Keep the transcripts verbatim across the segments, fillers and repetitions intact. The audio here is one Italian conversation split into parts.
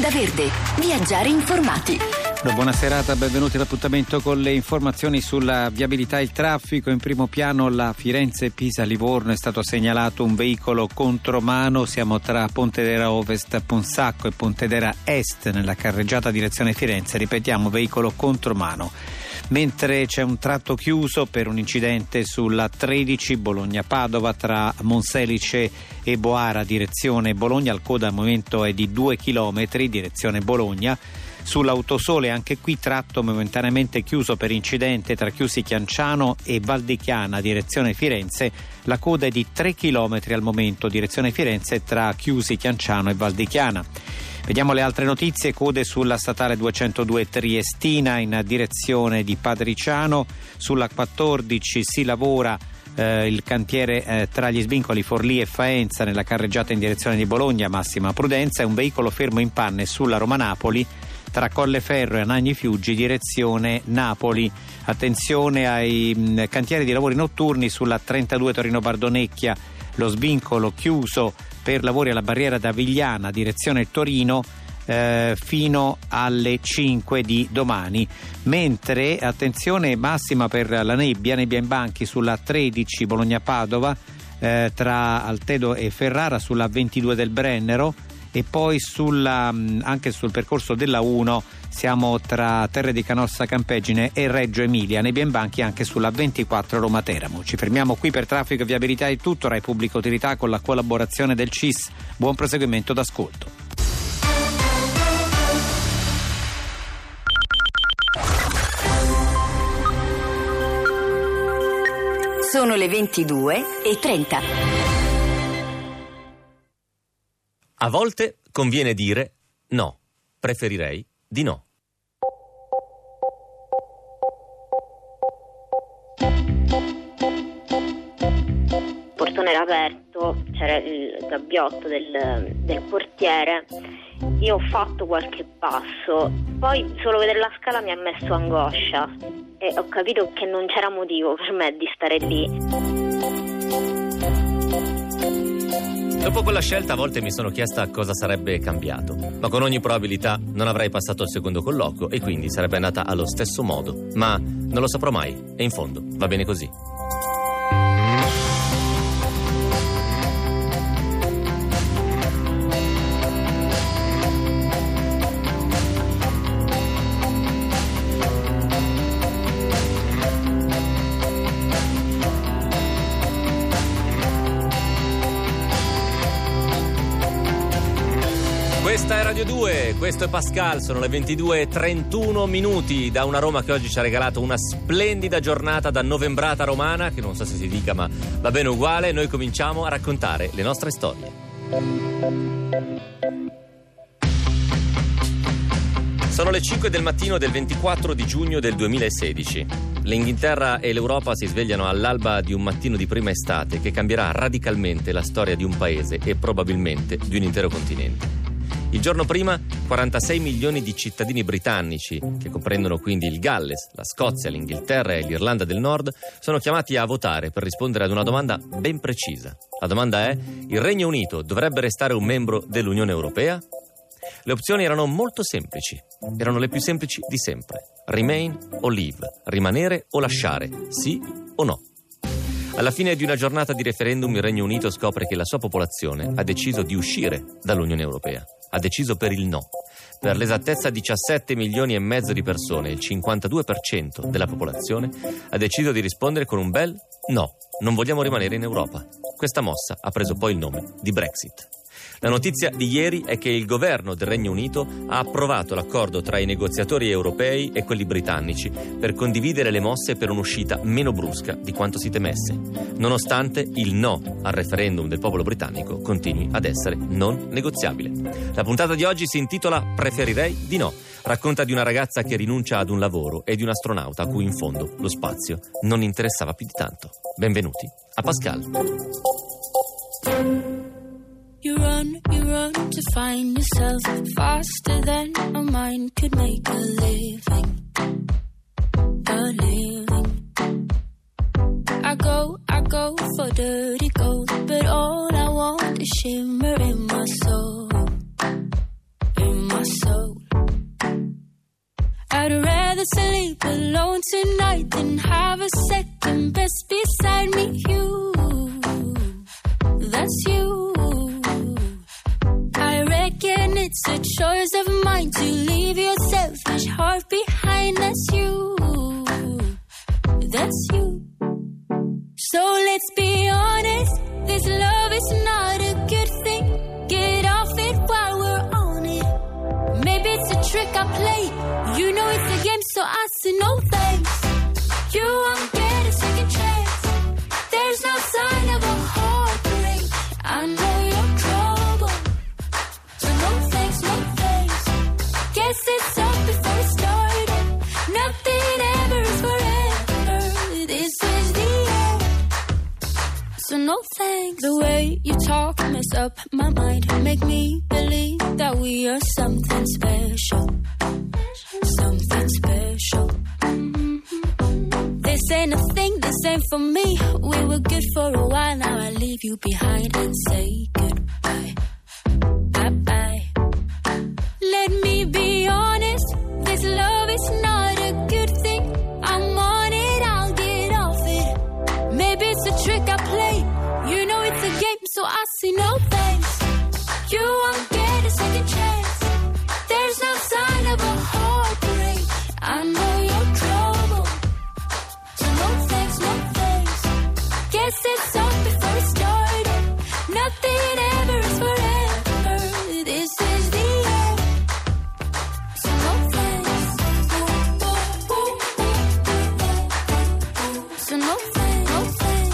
Onda Verde. Viaggiare informati. Buona serata, benvenuti all'appuntamento con le informazioni sulla viabilità e il traffico. In primo piano la Firenze-Pisa-Livorno, è stato segnalato un veicolo contromano. Siamo tra Pontedera Ovest, Ponsacco e Pontedera Est nella carreggiata direzione Firenze. Ripetiamo, veicolo contromano. Mentre c'è un tratto chiuso per un incidente sulla tredici Bologna-Padova tra Monselice e Boara direzione Bologna. Il coda al momento è di due chilometri direzione Bologna. Sull'autosole anche qui tratto momentaneamente chiuso per incidente tra Chiusi Chianciano e Valdichiana direzione Firenze. La coda è di tre chilometri al momento direzione Firenze tra Chiusi Chianciano e Valdichiana. Vediamo le altre notizie. Code sulla statale duecentodue Triestina in direzione di Padriciano. Sulla quattordici si lavora eh, il cantiere eh, tra gli svincoli Forlì e Faenza nella carreggiata in direzione di Bologna, massima prudenza. È un veicolo fermo in panne sulla Roma-Napoli tra Colleferro e Anagni Fiuggi direzione Napoli. Attenzione ai mh, cantieri di lavori notturni sulla trentadue Torino Bardonecchia, lo svincolo chiuso per lavori alla barriera da Vigliana direzione Torino eh, fino alle cinque di domani. Mentre attenzione massima per la nebbia, nebbia in banchi sulla tredici Bologna-Padova eh, tra Altedo e Ferrara, sulla ventidue del Brennero. E poi sulla, anche sul percorso della uno siamo tra Terre di Canossa Campeggine e Reggio Emilia, nebbia in banchi anche sulla ventiquattro Roma Teramo. Ci fermiamo qui per traffico e viabilità, è tutto. Rai Pubblica Utilità con la collaborazione del C I S. Buon proseguimento d'ascolto. Sono le ventidue e trenta. A volte conviene dire no, preferirei di no. Il portone era aperto, c'era il gabbiotto del, del portiere. Io ho fatto qualche passo, poi solo vedere la scala mi ha messo angoscia e ho capito che non c'era motivo per me di stare lì. Dopo quella scelta a volte mi sono chiesta cosa sarebbe cambiato, ma con ogni probabilità non avrei passato il secondo colloquio e quindi sarebbe andata allo stesso modo, ma non lo saprò mai e in fondo va bene così. Questa è Radio due, questo è Pascal, sono le ventidue e trentuno minuti da una Roma che oggi ci ha regalato una splendida giornata da novembrata romana, che non so se si dica ma va bene uguale. Noi cominciamo a raccontare le nostre storie. Sono le cinque del mattino del ventiquattro di giugno del duemilasedici. L'Inghilterra e l'Europa si svegliano all'alba di un mattino di prima estate che cambierà radicalmente la storia di un paese e probabilmente di un intero continente. Il giorno prima, quarantasei milioni di cittadini britannici, che comprendono quindi il Galles, la Scozia, l'Inghilterra e l'Irlanda del Nord, sono chiamati a votare per rispondere ad una domanda ben precisa. La domanda è: il Regno Unito dovrebbe restare un membro dell'Unione Europea? Le opzioni erano molto semplici, erano le più semplici di sempre. Remain o leave, rimanere o lasciare, sì o no. Alla fine di una giornata di referendum il Regno Unito scopre che la sua popolazione ha deciso di uscire dall'Unione Europea. Ha deciso per il no. Per l'esattezza diciassette milioni e mezzo di persone, il cinquantadue per cento della popolazione, ha deciso di rispondere con un bel no. Non vogliamo rimanere in Europa. Questa mossa ha preso poi il nome di Brexit. La notizia di ieri è che il governo del Regno Unito ha approvato l'accordo tra i negoziatori europei e quelli britannici per condividere le mosse per un'uscita meno brusca di quanto si temesse, nonostante il no al referendum del popolo britannico continui ad essere non negoziabile. La puntata di oggi si intitola Preferirei di no. Racconta di una ragazza che rinuncia ad un lavoro e di un astronauta a cui in fondo lo spazio non interessava più di tanto. Benvenuti a Pascal. You run, you run to find yourself faster than a mind could make a living, a living. I go, I go for dirty gold, but all I want is shimmer in my soul, in my soul. sleep alone tonight, then have a second best beside me. You, that's you. I reckon it's a choice of mine to leave your selfish heart behind. That's you, that's you. So let's be honest, this love is not a good thing. Get off it while we're on it. Maybe it's a trick I play. You know it's a game, so I say no thanks. You won't get a second chance. There's no sign of a heartbreak. I know you're trouble, so no thanks, no thanks. Guess it's up before it started. Nothing ever is forever. This is the end, so no thanks. The way you talk mess up my mind. Make me believe that we are something special, something special. Mm-hmm. This ain't a thing, this ain't for me. We were good for a while, now I leave you behind and say goodbye. Bye-bye. Let me be honest, this love is not a good thing. I'm on it, I'll get off it. Maybe it's a trick I play. You know it's a game, so I say no thanks. You won't get a second chance. There's no sign of a heartbreak. I know you're trouble, so no thanks, no thanks. Guess it's up before it started. Nothing ever is forever. This is the end, so no thanks. So no thanks, no thanks.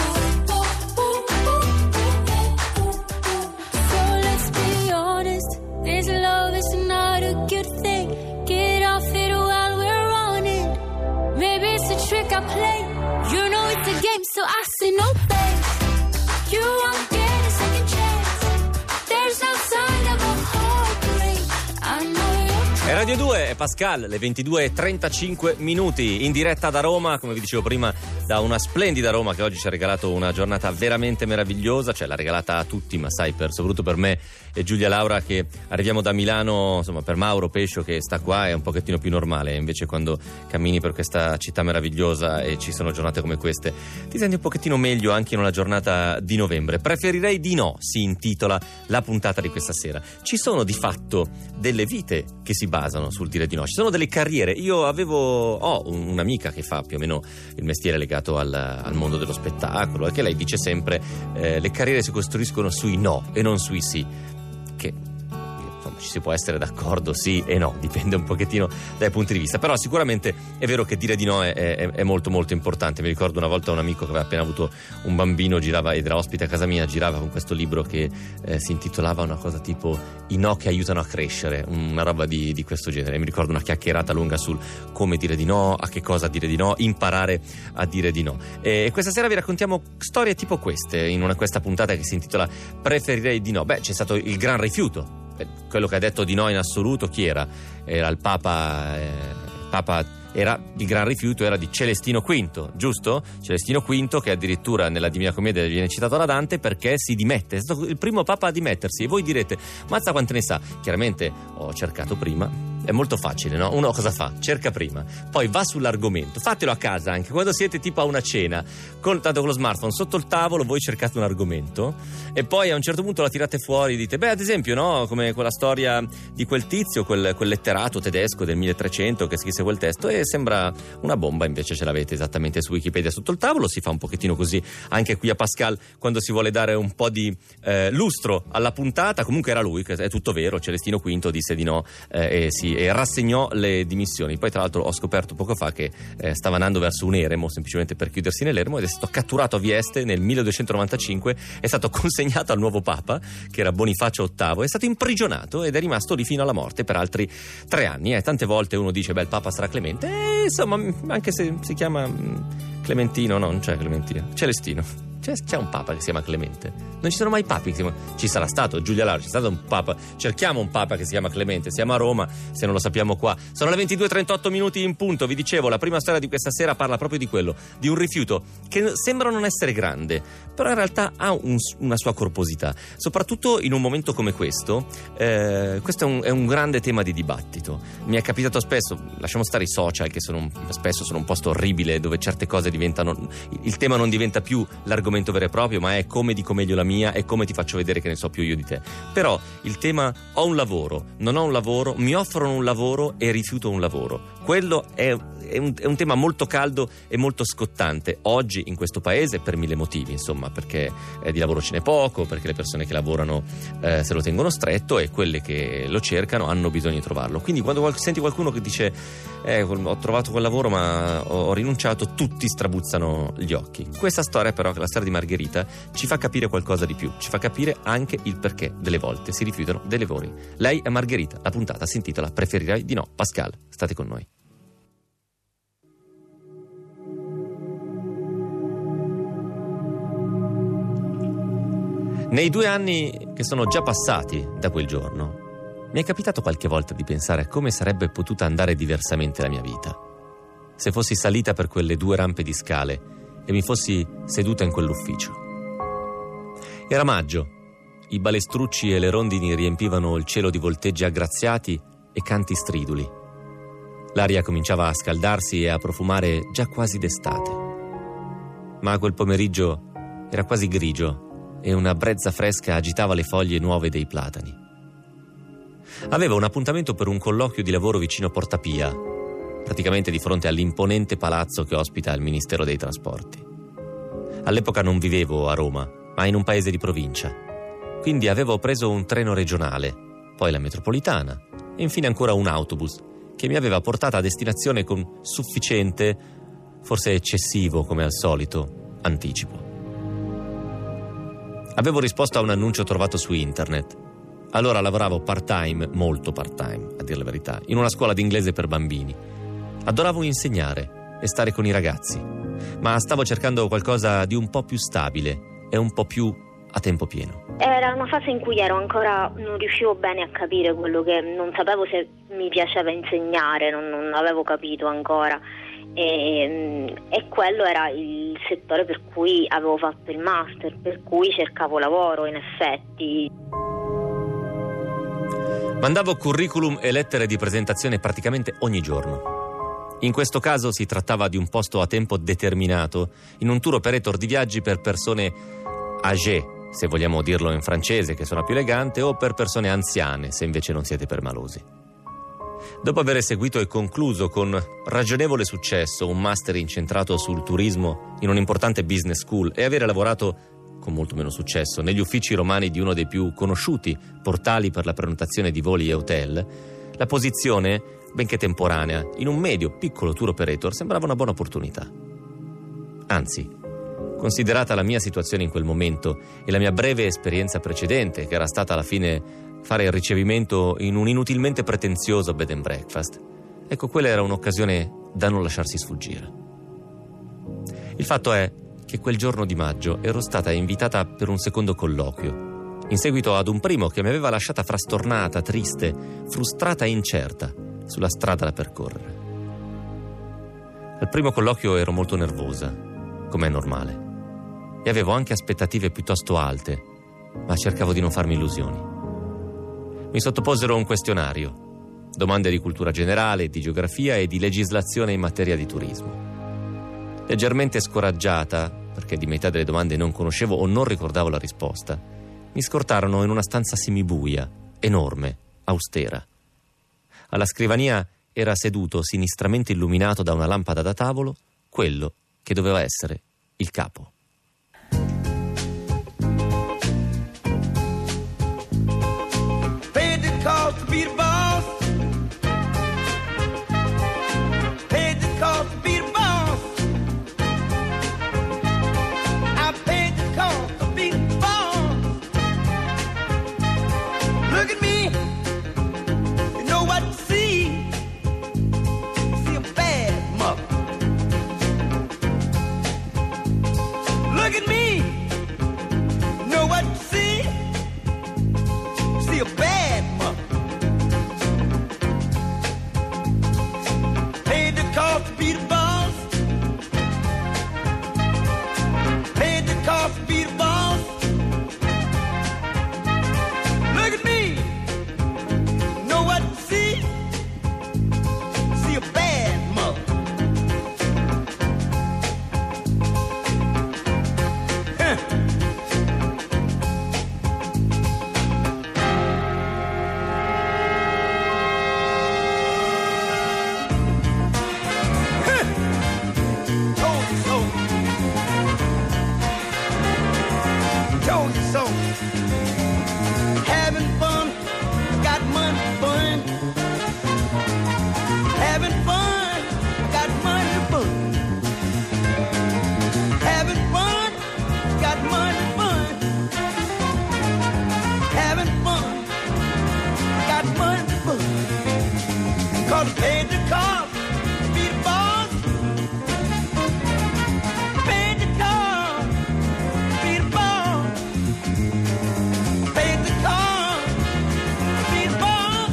So let's be honest, this love is not a good thing. Get off it while we're on it. Maybe it's a trick I play. You know it's a game, so I say no thanks. You won't get a second chance. There's no sign of a heartbreak. I know you're. È Radio due, è Pascal, le ventidue e trentacinque minuti, in diretta da Roma, come vi dicevo prima, da una splendida Roma che oggi ci ha regalato una giornata veramente meravigliosa, cioè l'ha regalata a tutti, ma sai, per, soprattutto per me e Giulia Laura che arriviamo da Milano, insomma per Mauro Pescio che sta qua è un pochettino più normale, invece quando cammini per questa città meravigliosa e ci sono giornate come queste, ti senti un pochettino meglio anche in una giornata di novembre. Preferirei di no, si intitola la puntata di questa sera. Ci sono di fatto delle vite che si basano sul dire di no, ci sono delle carriere. Io avevo ho un'amica che fa più o meno il mestiere legato al, al mondo dello spettacolo, e che lei dice sempre eh, le carriere si costruiscono sui no e non sui sì, che insomma ci si può essere d'accordo sì e no, dipende un pochettino dai punti di vista, però sicuramente è vero che dire di no è, è, è molto molto importante. Mi ricordo una volta un amico che aveva appena avuto un bambino, girava ed era ospite a casa mia, girava con questo libro che eh, si intitolava una cosa tipo I no che aiutano a crescere, una roba di, di questo genere. Mi ricordo una chiacchierata lunga sul come dire di no, a che cosa dire di no, imparare a dire di no. E questa sera vi raccontiamo storie tipo queste in una, questa puntata che si intitola Preferirei di no. Beh, c'è stato il gran rifiuto. Quello che ha detto di no in assoluto chi era? Era il Papa, eh, Papa era il gran rifiuto era di Celestino quinto, giusto? Celestino quinto che addirittura nella Divina Commedia viene citato da Dante perché si dimette, è stato il primo Papa a dimettersi. E voi direte, mazza quante ne sa? Chiaramente ho cercato prima. È molto facile, no? Uno cosa fa? Cerca prima, poi va sull'argomento. Fatelo a casa anche, quando siete tipo a una cena, con, tanto con lo smartphone sotto il tavolo, voi cercate un argomento e poi a un certo punto la tirate fuori e dite, beh, ad esempio, no? Come quella storia di quel tizio, quel, quel letterato tedesco del milletrecento che scrisse quel testo, e sembra una bomba, invece ce l'avete esattamente su Wikipedia sotto il tavolo. Si fa un pochettino così anche qui a Pascal quando si vuole dare un po' di eh, lustro alla puntata. Comunque era lui, è tutto vero, Celestino quinto disse di no eh, e si e rassegnò le dimissioni. Poi tra l'altro ho scoperto poco fa che eh, stava andando verso un eremo, semplicemente per chiudersi nell'eremo, ed è stato catturato a Vieste nel milleduecentonovantacinque, è stato consegnato al nuovo Papa che era Bonifacio ottavo, è stato imprigionato ed è rimasto lì fino alla morte per altri tre anni. Eh. Tante volte uno dice beh, il Papa sarà clemente, e insomma anche se si chiama Clementino, no, non c'è Clementino, Celestino. C'è, c'è un papa che si chiama Clemente? Non ci sono mai papi che si chiamano... Ci sarà stato, Giulia Lauro, c'è stato un papa. Cerchiamo un papa che si chiama Clemente. Siamo a Roma, se non lo sappiamo qua. Sono le ventidue e trentotto minuti in punto. Vi dicevo, la prima storia di questa sera parla proprio di quello, di un rifiuto che sembra non essere grande, però in realtà ha un, una sua corposità. Soprattutto in un momento come questo, eh, questo è un, è un grande tema di dibattito. Mi è capitato spesso, lasciamo stare i social, che sono un, spesso sono un posto orribile, dove certe cose diventano... Il tema non diventa più l'argomento vero e proprio, ma è come dico meglio la mia e come ti faccio vedere che ne so più io di te. Però il tema: ho un lavoro, non ho un lavoro, mi offrono un lavoro e rifiuto un lavoro. Quello è, è, un, è un tema molto caldo e molto scottante oggi in questo paese, per mille motivi, insomma, perché eh, di lavoro ce n'è poco, perché le persone che lavorano eh, se lo tengono stretto e quelle che lo cercano hanno bisogno di trovarlo. Quindi quando qual- senti qualcuno che dice eh, ho trovato quel lavoro ma ho, ho rinunciato, tutti strabuzzano gli occhi. Questa storia però, che la storia di Margherita, ci fa capire qualcosa di più, ci fa capire anche il perché delle volte si rifiutano dei lavori. Lei è Margherita, la puntata si intitola Preferirai di no. Pascal, state con noi. Nei due anni che sono già passati da quel giorno, mi è capitato qualche volta di pensare a come sarebbe potuta andare diversamente la mia vita se fossi salita per quelle due rampe di scale e mi fossi seduta in quell'ufficio. Era maggio, i balestrucci e le rondini riempivano il cielo di volteggi aggraziati e canti striduli. L'aria cominciava a scaldarsi e a profumare già quasi d'estate. Ma quel pomeriggio era quasi grigio e una brezza fresca agitava le foglie nuove dei platani. Avevo un appuntamento per un colloquio di lavoro vicino Porta Pia, praticamente di fronte all'imponente palazzo che ospita il Ministero dei Trasporti. All'epoca non vivevo a Roma, ma in un paese di provincia. Quindi avevo preso un treno regionale, poi la metropolitana e infine ancora un autobus che mi aveva portato a destinazione con sufficiente, forse eccessivo come al solito, anticipo. Avevo risposto a un annuncio trovato su internet. Allora lavoravo part-time, molto part-time, a dire la verità, in una scuola d'inglese per bambini. Adoravo insegnare e stare con i ragazzi, ma stavo cercando qualcosa di un po' più stabile e un po' più a tempo pieno. Era una fase in cui ero ancora, non riuscivo bene a capire quello che, non sapevo se mi piaceva insegnare, non, non avevo capito ancora. E, e quello era il settore per cui avevo fatto il master, per cui cercavo lavoro, in effetti. Mandavo curriculum e lettere di presentazione praticamente ogni giorno. In questo caso si trattava di un posto a tempo determinato in un tour operator di viaggi per persone âgées, se vogliamo dirlo in francese che suona più elegante, o per persone anziane, se invece non siete permalosi. Dopo aver seguito e concluso con ragionevole successo un master incentrato sul turismo in un'importante business school e avere lavorato con molto meno successo negli uffici romani di uno dei più conosciuti portali per la prenotazione di voli e hotel, la posizione, benché temporanea, in un medio piccolo tour operator sembrava una buona opportunità. Anzi, considerata la mia situazione in quel momento e la mia breve esperienza precedente, che era stata alla fine fare il ricevimento in un inutilmente pretenzioso bed and breakfast, ecco, quella era un'occasione da non lasciarsi sfuggire. Il fatto è che quel giorno di maggio ero stata invitata per un secondo colloquio, in seguito ad un primo che mi aveva lasciata frastornata, triste, frustrata e incerta sulla strada da percorrere. Al primo colloquio ero molto nervosa, come è normale, e avevo anche aspettative piuttosto alte, ma cercavo di non farmi illusioni. Mi sottoposero a un questionario, domande di cultura generale, di geografia e di legislazione in materia di turismo. Leggermente scoraggiata, perché di metà delle domande non conoscevo o non ricordavo la risposta, mi scortarono in una stanza semibuia, enorme, austera. Alla scrivania era seduto, sinistramente illuminato da una lampada da tavolo, quello che doveva essere il capo. To be the boss, paid the cost to be the boss. I paid the cost to be the boss. Look at me, you know what you see. You see a bad mother. Having fun, got money to burn. Having fun, got money to burn. Having fun, got money to burn. Having fun, got money to burn. Cause paid the cost to be the boss. Paid the cost to be the boss. Paid the cost to be the boss.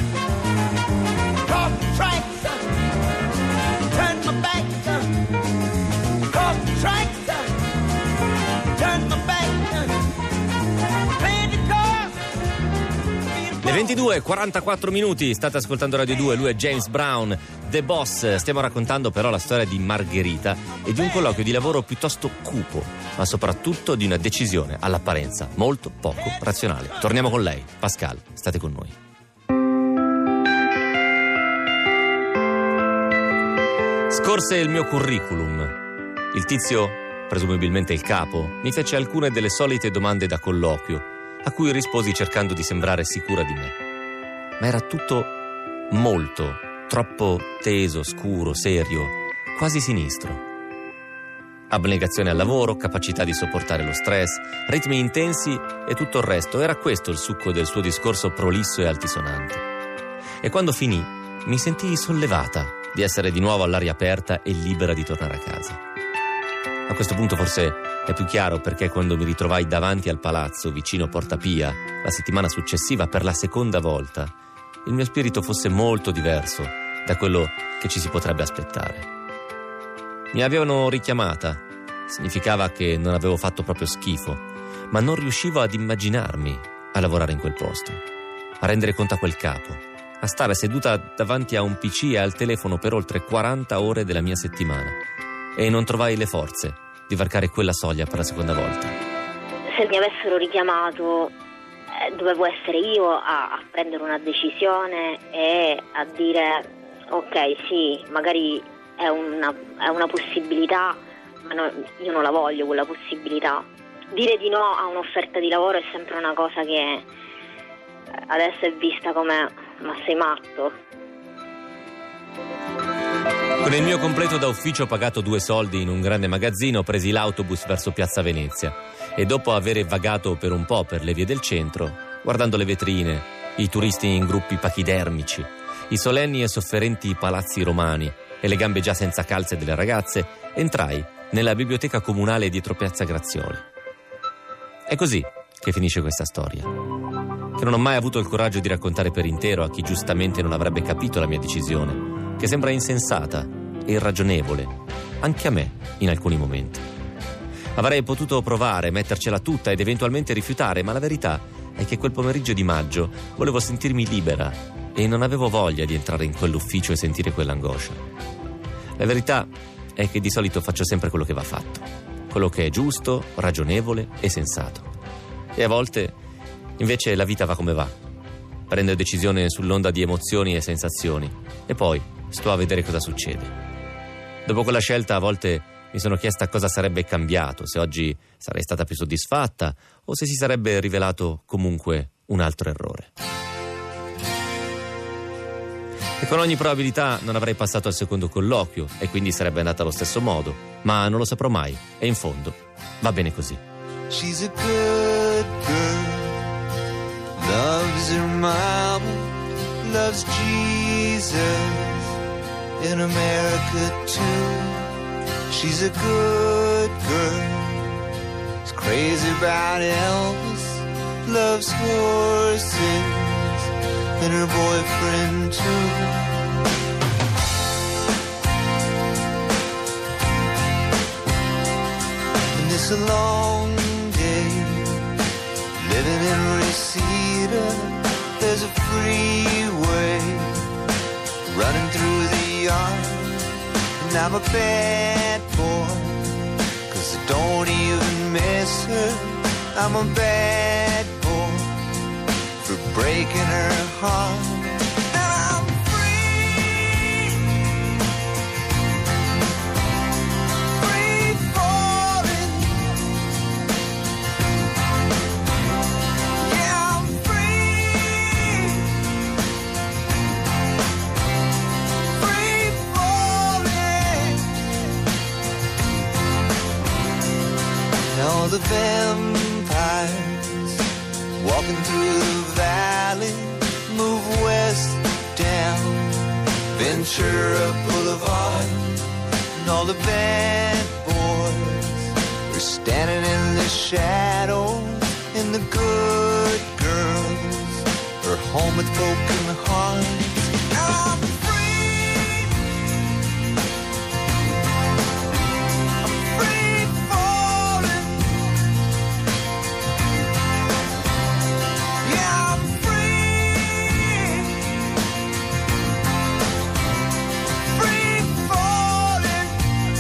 Cross the tracks, uh, turn my back, uh, cross the tracks, uh, turn my back, uh, paid the cost to be the boss. Le ventidue e quarantaquattro minuti, state ascoltando Radio due, lui è James Brown, The Boss. Stiamo raccontando però la storia di Margherita e di un colloquio di lavoro piuttosto cupo, ma soprattutto di una decisione all'apparenza molto poco razionale. Torniamo con lei, Pascal, state con noi. Scorse il mio curriculum. Il tizio, presumibilmente il capo, mi fece alcune delle solite domande da colloquio, a cui risposi cercando di sembrare sicura di me. Ma era tutto molto, troppo teso, scuro, serio, quasi sinistro. Abnegazione al lavoro, capacità di sopportare lo stress, ritmi intensi e tutto il resto. Era questo il succo del suo discorso prolisso e altisonante. E quando finì, mi sentii sollevata di essere di nuovo all'aria aperta e libera di tornare a casa. A questo punto forse è più chiaro perché quando mi ritrovai davanti al palazzo vicino Porta Pia la settimana successiva per la seconda volta, il mio spirito fosse molto diverso da quello che ci si potrebbe aspettare. Mi avevano richiamata, significava che non avevo fatto proprio schifo, ma non riuscivo ad immaginarmi a lavorare in quel posto, a rendere conto a quel capo, a stare seduta davanti a un P C e al telefono per oltre quaranta ore della mia settimana, e non trovai le forze di varcare quella soglia per la seconda volta. Se mi avessero richiamato eh, dovevo essere io a, a prendere una decisione e a dire ok, sì, magari è una, è una possibilità, ma no, io non la voglio quella possibilità. Dire di no a un'offerta di lavoro è sempre una cosa che adesso è vista come ma sei matto. Con il mio completo da ufficio pagato due soldi in un grande magazzino presi l'autobus verso Piazza Venezia e dopo aver vagato per un po' per le vie del centro, guardando le vetrine, i turisti in gruppi pachidermici, i solenni e sofferenti palazzi romani e le gambe già senza calze delle ragazze, entrai nella biblioteca comunale dietro Piazza Grazioli. È così che finisce questa storia, che non ho mai avuto il coraggio di raccontare per intero a chi giustamente non avrebbe capito la mia decisione, che sembra insensata e irragionevole, anche a me in alcuni momenti. Avrei potuto provare, mettercela tutta ed eventualmente rifiutare, ma la verità è che quel pomeriggio di maggio volevo sentirmi libera e non avevo voglia di entrare in quell'ufficio e sentire quell'angoscia. La verità è che di solito faccio sempre quello che va fatto, quello che è giusto, ragionevole e sensato. E a volte invece la vita va come va. Prendo decisione sull'onda di emozioni e sensazioni e poi sto a vedere cosa succede. Dopo quella scelta a volte mi sono chiesta cosa sarebbe cambiato, se oggi sarei stata più soddisfatta o se si sarebbe rivelato comunque un altro errore. E con ogni probabilità non avrei passato al secondo colloquio e quindi sarebbe andata allo stesso modo, ma non lo saprò mai e in fondo va bene così. She's a good girl, loves her mama, loves Jesus, in America too. She's a good girl, is crazy about Elvis, loves horses, and her boyfriend too. And it's a long day, living in Reseda, there's a freeway running through the yard. And I'm a bad boy, cause I don't even miss her. I'm a bad boy for breaking her heart. And I'm free, free falling. Trucking through the valley, move west down Ventura Boulevard, and all the bad boys are standing in the shadows, and the good girls are home with broken hearts. I'm free, I'm free falling, yeah, I'm free, free falling.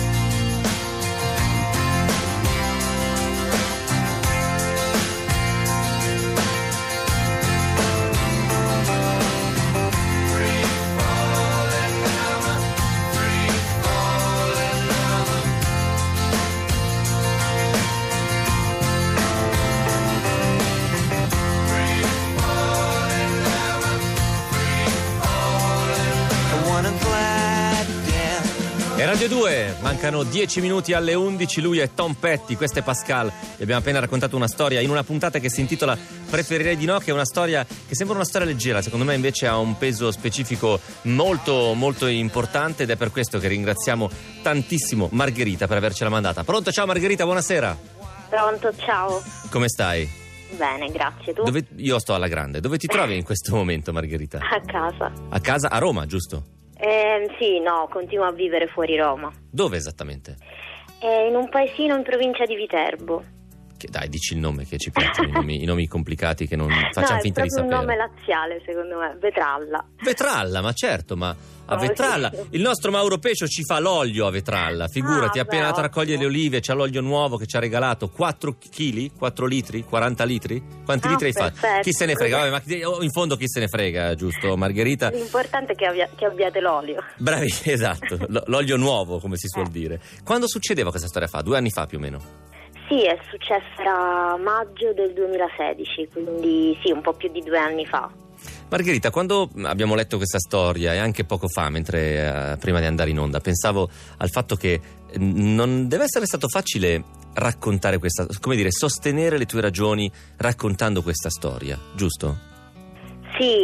E Radio due, mancano dieci minuti alle undici, lui è Tom Petty, questo è Pascal. Vi abbiamo appena raccontato una storia in una puntata che si intitola Preferirei di no, che è una storia che sembra una storia leggera, secondo me invece ha un peso specifico molto molto importante, ed è per questo che ringraziamo tantissimo Margherita per avercela mandata. Pronto? Ciao Margherita, buonasera. Pronto, ciao. Come stai? Bene, grazie. Tu? Dove... Io sto alla grande. Dove ti trovi in questo momento, Margherita? A casa. A casa? A Roma, giusto? Eh, sì, no, continuo a vivere fuori Roma. Dove esattamente? Eh, in un paesino in provincia di Viterbo. Che, dai, dici il nome, che ci piacciono i, nomi, i nomi complicati che non facciamo no, finta di sapere. è proprio un nome laziale, secondo me, Vetralla. Vetralla, ma certo, ma a Oh, Vetralla sì. il nostro Mauro Pescio ci fa l'olio a Vetralla, figurati, Ah, ha appena beh, andato a raccogliere le ottimo. olive, c'ha l'olio nuovo che ci ha regalato quattro chili, quattro litri, quaranta litri. Quanti Ah, litri hai fatto? perfetto. Chi se ne frega? Vabbè, ma chi- oh, in fondo chi se ne frega, giusto Margherita? L'importante è che, abbia- che abbiate l'olio. Bravi, esatto, l- l'olio nuovo, come si suol Eh. dire. Quando succedeva questa storia fa? Due anni fa più o meno? Sì, è successa a maggio del duemilasedici, quindi sì, un po' più di due anni fa. Margherita, quando abbiamo letto questa storia e anche poco fa, mentre eh, prima di andare in onda, pensavo al fatto che eh, non deve essere stato facile raccontare questa, come dire, sostenere le tue ragioni raccontando questa storia, giusto? Sì,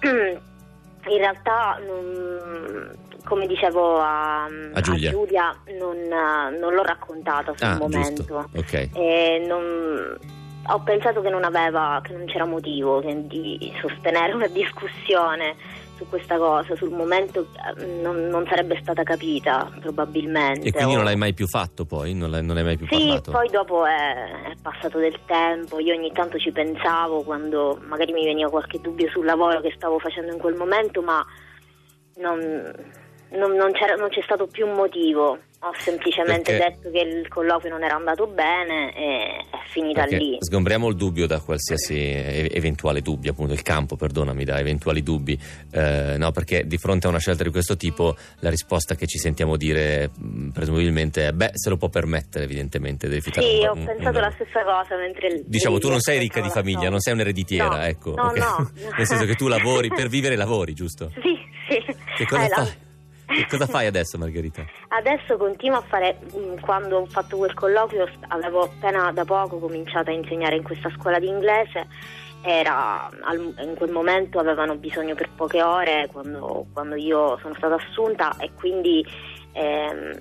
in realtà, non- come dicevo a, A Giulia. a Giulia, non, non l'ho raccontata sul Ah, momento. giusto, ok. E non, ho pensato che non aveva, che non c'era motivo che- di sostenere una discussione su questa cosa. Sul momento eh, non, non sarebbe stata capita, probabilmente. E quindi O- non l'hai mai più fatto poi? Non, l'hai, non hai mai più Sì, parlato? poi dopo è, è passato del tempo, io ogni tanto ci pensavo quando magari mi veniva qualche dubbio sul lavoro che stavo facendo in quel momento, ma non, non, non, c'era, non c'è stato più un motivo. Ho semplicemente Perché- detto che il colloquio non era andato bene e è finita Perché lì. sgombriamo il dubbio da qualsiasi e- eventuale dubbio, appunto il campo, perdonami, da eventuali dubbi, eh, no, perché di fronte a una scelta di questo tipo la risposta che ci sentiamo dire mh, presumibilmente è beh, se lo può permettere evidentemente di rifiutare Sì, un- ho un- pensato un- la stessa cosa mentre... Diciamo, tu non sei mentre ricca di stavo la famiglia, non sei un'ereditiera, No, ecco. no, ok? no. Nel senso che tu lavori, per vivere lavori, giusto? Sì, sì. Che cosa, Eh, la- fai? Che cosa fai adesso, Margherita? Adesso continuo a fare, mh, quando ho fatto quel colloquio st- avevo appena da poco cominciato a insegnare in questa scuola di inglese. Era, al- in quel momento avevano bisogno per poche ore quando, quando io sono stata assunta, e quindi ehm,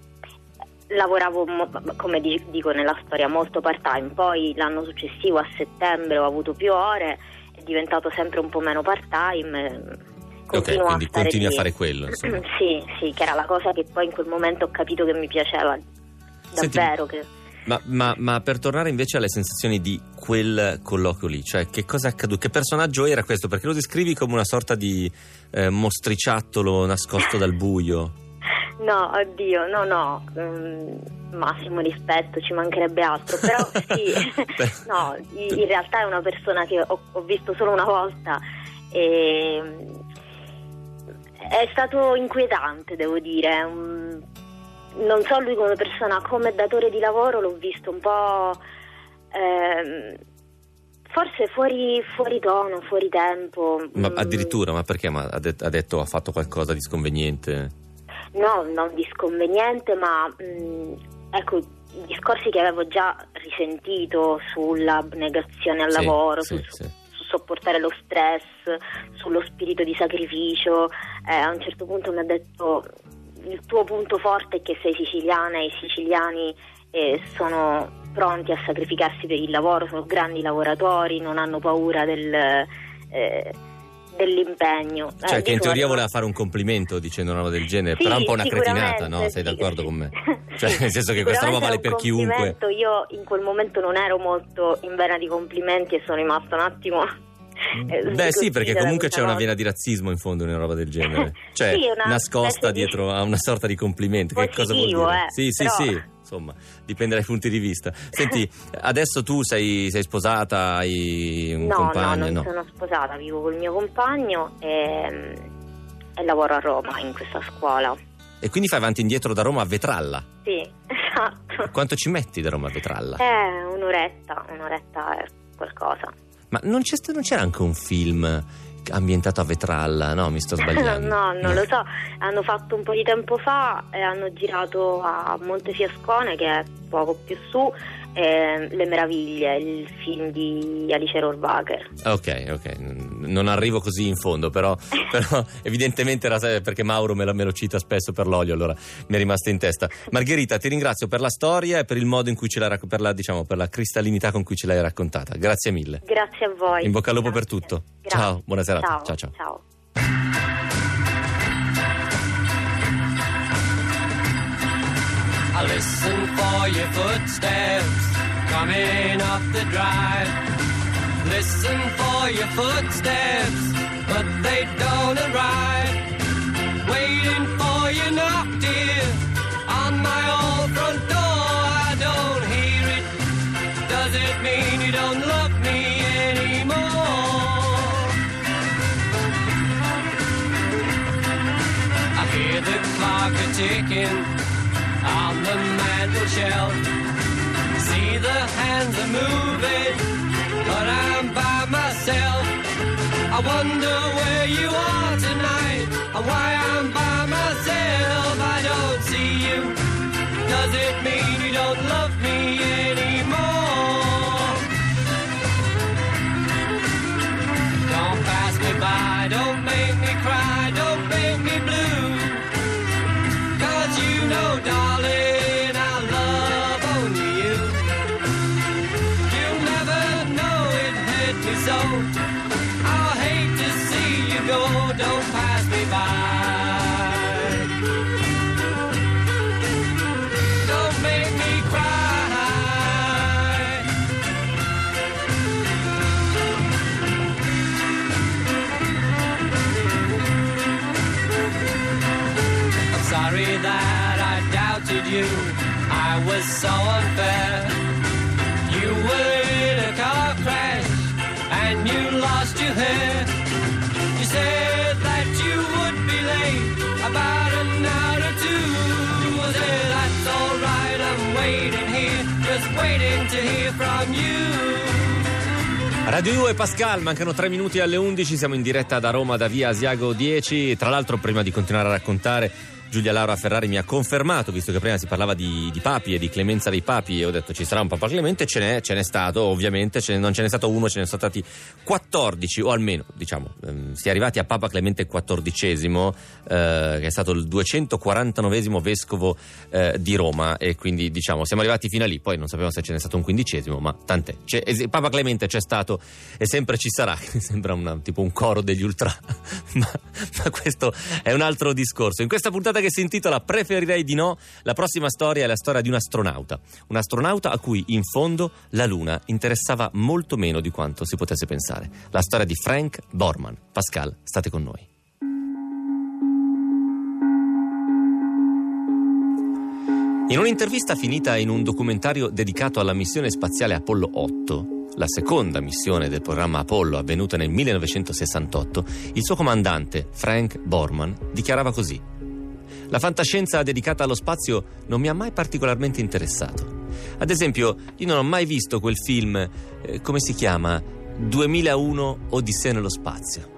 lavoravo, mo- come di- dico nella storia, molto part time. Poi l'anno successivo, a settembre, ho avuto più ore, è diventato sempre un po' meno part time. Ok, Continuo quindi a stare continui a lì. fare quello, insomma. Sì, sì, che era la cosa che poi in quel momento ho capito che mi piaceva davvero. Senti, che... Ma, ma, ma per tornare invece alle sensazioni di quel colloquio lì, cioè che cosa è accaduto? Che personaggio era questo? Perché lo descrivi come una sorta di eh, mostriciattolo nascosto dal buio. No, oddio, no, no, mm, massimo rispetto, ci mancherebbe altro, però sì, no, in in realtà è una persona che ho, ho visto solo una volta e è stato inquietante, devo dire. Un- non so lui come persona, come datore di lavoro l'ho visto un po' ehm, forse fuori, fuori tono, fuori tempo. Ma Mm, addirittura, ma perché? Ma ha, det- ha detto, ha fatto qualcosa di sconveniente? No, non di sconveniente, ma mh, ecco, discorsi che avevo già risentito sull'abnegazione al Sì, lavoro, sì, su, sì. su sopportare lo stress, sullo spirito di sacrificio. Eh, a un certo punto mi ha detto: il tuo punto forte è che sei siciliana e i siciliani eh, sono pronti a sacrificarsi per il lavoro, sono grandi lavoratori, non hanno paura del, eh, dell'impegno. Cioè Eh, che in dico, teoria no. voleva fare un complimento dicendo una roba del genere, Sì, però è un po' una sicuramente, cretinata, no? Sei sì. d'accordo con me? Sì, Cioè nel senso che questa roba vale sicuramente per è un chiunque. complimento. Io in quel momento non ero molto in vena di complimenti e sono rimasta un attimo eh, Beh sì, perché da comunque questa c'è una cosa. vena di razzismo in fondo in una roba del genere, cioè Sì, una nascosta specie di- dietro a una sorta di complimento. Che cosa vuol Positivo, dire? eh, Sì, sì, però- sì, insomma, dipende dai punti di vista. Senti, adesso tu sei, sei sposata, hai un No, compagno? no, non sono sposata, vivo col mio compagno e, e lavoro a Roma in questa scuola. E quindi fai avanti e indietro da Roma a Vetralla? Sì, esatto. Quanto ci metti da Roma a Vetralla? È un'oretta, un'oretta è qualcosa. Ma non, c'è, non c'era anche un film ambientato a Vetralla? No, mi sto sbagliando. No, non lo so. Hanno fatto un po' di tempo fa e hanno girato a Montefiascone, che è poco più su, eh, Le Meraviglie, il film di Alice Rohrwacher. Ok, ok, non arrivo così in fondo, però, però evidentemente era perché Mauro me, la, me lo cita spesso per l'olio, allora mi è rimasta in testa. Margherita, ti ringrazio per la storia e per il modo in cui ce l'hai racc- per la, diciamo, per la cristallinità con cui ce l'hai raccontata. Grazie mille. Grazie a voi. In bocca al lupo per Grazie. tutto. Grazie. Ciao, buona serata. Ciao, Ciao, ciao. ciao. I listen for your footsteps coming up the drive. Listen for your footsteps, but they don't arrive. Waiting for your knock, dear, on my old front door. I don't hear it. Does it mean you don't love me anymore? I hear the clock a-ticking on the mantel shelf. See the hands are moving, but I'm by myself. I wonder where you are tonight, and why I'm by myself. I don't see you. Does it mean you don't love me anymore? Don't pass me by, don't make me cry, don't make me blue. Cause you know, darling, I love only you. You'll never know it hurt me so. I'll hate to see you go, don't pass me by. Don't make me cry. I'm sorry that I doubted you. I was so unfair. You were in a car crash and you lost your hair. You said that you would be late about an hour or two. I said, that's all right, I'm waiting here, just waiting to hear from you. Radio due Pascal, mancano tre minuti alle undici, siamo in diretta da Roma, da via Asiago dieci. Tra l'altro, prima di continuare a raccontare, Giulia Laura Ferrari mi ha confermato, visto che prima si parlava di, di papi e di clemenza dei papi, e ho detto ci sarà un Papa Clemente, ce n'è, ce n'è stato ovviamente, ce ne, non ce n'è stato uno, ce ne sono stati quattordici, o almeno diciamo ehm, si è arrivati a Papa Clemente quattordicesimo, eh, che è stato il duecentoquarantanovesimo vescovo eh, di Roma, e quindi diciamo siamo arrivati fino a lì. Poi non sappiamo se ce n'è stato un quindicesimo, ma tant'è. C'è, Papa Clemente c'è stato e sempre ci sarà. Sembra una, tipo un coro degli ultra ma, ma questo è un altro discorso. In questa puntata che si intitola Preferirei di no, la prossima storia è la storia di un astronauta. Un astronauta a cui in fondo la Luna interessava molto meno di quanto si potesse pensare. La storia di Frank Borman. Pascal, state con noi. In un'intervista finita in un documentario dedicato alla missione spaziale Apollo otto, la seconda missione del programma Apollo avvenuta nel millenovecentosessantotto, il suo comandante, Frank Borman, dichiarava così: la fantascienza dedicata allo spazio non mi ha mai particolarmente interessato. Ad esempio, io non ho mai visto quel film, eh, come si chiama? duemilauno Odissea nello spazio.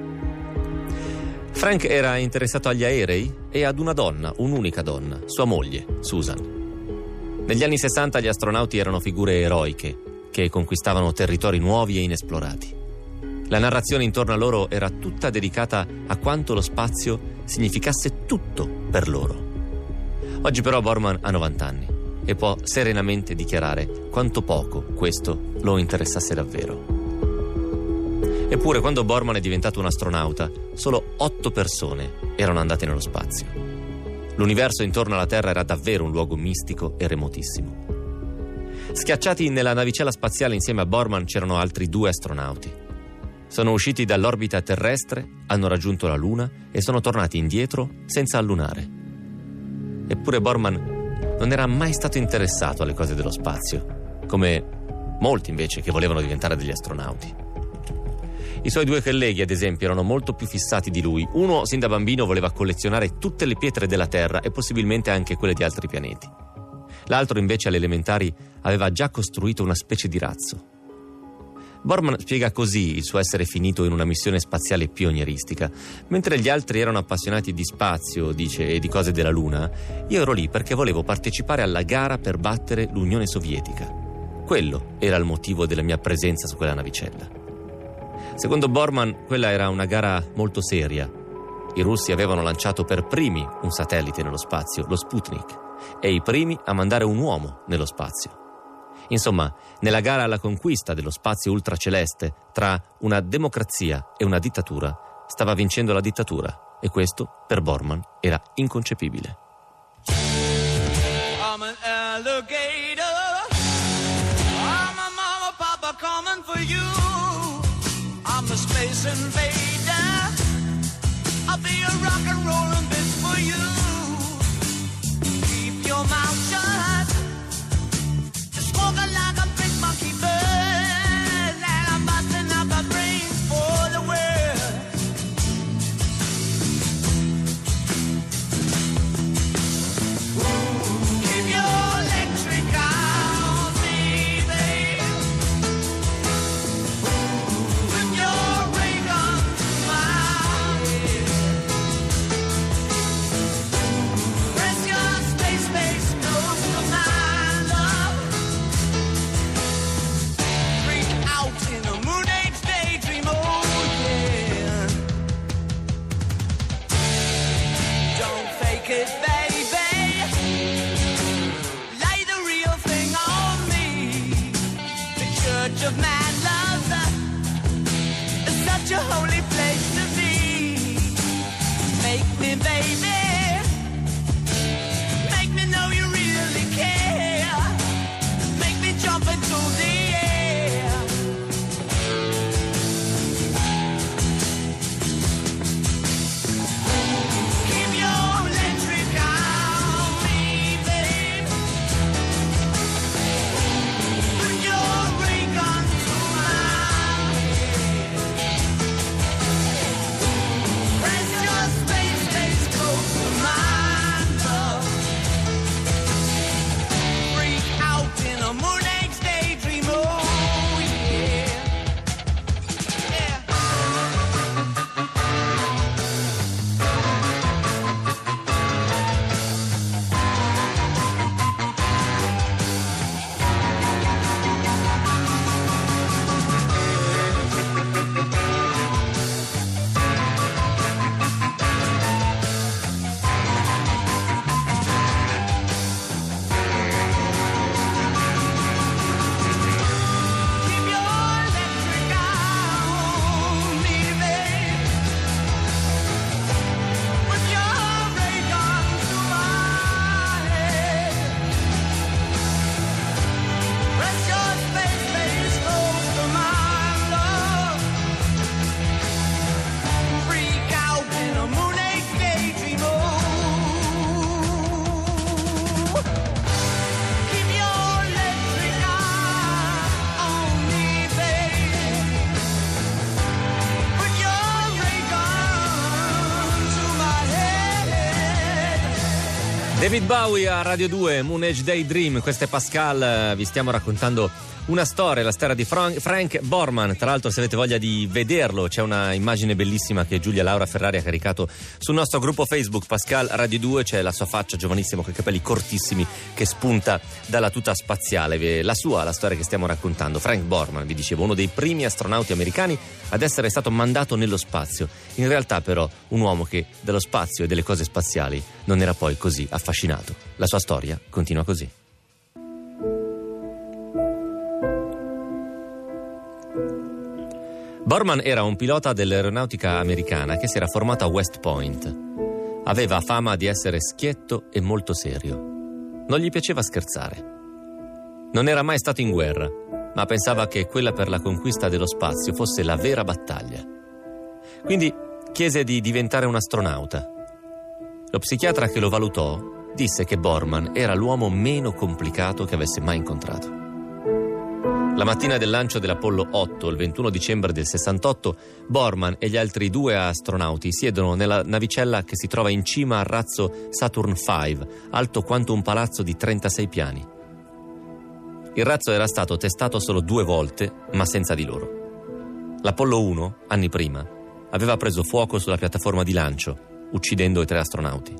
Frank era interessato agli aerei e ad una donna, un'unica donna, sua moglie, Susan. Negli anni sessanta gli astronauti erano figure eroiche che conquistavano territori nuovi e inesplorati. La narrazione intorno a loro era tutta dedicata a quanto lo spazio significasse tutto per loro. Oggi però Borman ha novanta anni e può serenamente dichiarare quanto poco questo lo interessasse davvero. Eppure, quando Borman è diventato un astronauta, solo otto persone erano andate nello spazio. L'universo intorno alla Terra era davvero un luogo mistico e remotissimo. Schiacciati nella navicella spaziale insieme a Borman c'erano altri due astronauti. Sono usciti dall'orbita terrestre, hanno raggiunto la Luna e sono tornati indietro senza allunare. Eppure Borman non era mai stato interessato alle cose dello spazio, come molti invece che volevano diventare degli astronauti. I suoi due colleghi, ad esempio, erano molto più fissati di lui. Uno, sin da bambino, voleva collezionare tutte le pietre della Terra e possibilmente anche quelle di altri pianeti. L'altro, invece, alle elementari, aveva già costruito una specie di razzo. Borman spiega così il suo essere finito in una missione spaziale pionieristica. Mentre gli altri erano appassionati di spazio, dice, e di cose della Luna, io ero lì perché volevo partecipare alla gara per battere l'Unione Sovietica. Quello era il motivo della mia presenza su quella navicella. Secondo Borman, quella era una gara molto seria. I russi avevano lanciato per primi un satellite nello spazio, lo Sputnik, e i primi a mandare un uomo nello spazio. Insomma, nella gara alla conquista dello spazio ultraceleste tra una democrazia e una dittatura, stava vincendo la dittatura, e questo, per Borman, era inconcepibile. I'm an alligator. I'm a mama, papa coming for you. I'm a space invader. I'll be a rock and rollin' bitch for you. Keep your mouth shut. Just smoking like a big monkey bird. And I'm busting up a brain for the world. Keep your electric on me, babe. With your ray gun to my head. Press your space base nose to my love. Freak out in a moon age daydream, oh yeah. Don't fake it, baby. Lay the real thing on me. The church of man love is such a holy place to be. Make me, baby. Make me know you really care. Make me jump into the air. Keep your electric on me, babe. Put your ray gun to my head. David Bowie a Radio due, Moon Age Daydream, questo è Pascal, vi stiamo raccontando una storia, la storia di Frank, Frank Borman. Tra l'altro, se avete voglia di vederlo, c'è una immagine bellissima che Giulia Laura Ferrari ha caricato sul nostro gruppo Facebook Pascal Radio due, c'è la sua faccia giovanissimo con i capelli cortissimi che spunta dalla tuta spaziale, la sua, la storia che stiamo raccontando. Frank Borman, vi dicevo, uno dei primi astronauti americani ad essere stato mandato nello spazio, in realtà però un uomo che dello spazio e delle cose spaziali non era poi così affascinato. La sua storia continua così. Borman era un pilota dell'aeronautica americana che si era formato a West Point. Aveva fama di essere schietto e molto serio. Non gli piaceva scherzare. Non era mai stato in guerra, ma pensava che quella per la conquista dello spazio fosse la vera battaglia. Quindi chiese di diventare un astronauta. Lo psichiatra che lo valutò disse che Borman era l'uomo meno complicato che avesse mai incontrato. La mattina del lancio dell'Apollo otto, il ventuno dicembre del sessantotto, Borman e gli altri due astronauti siedono nella navicella che si trova in cima al razzo Saturn cinque, alto quanto un palazzo di trentasei piani. Il razzo era stato testato solo due volte, ma senza di loro. L'Apollo uno, anni prima, aveva preso fuoco sulla piattaforma di lancio, uccidendo i tre astronauti.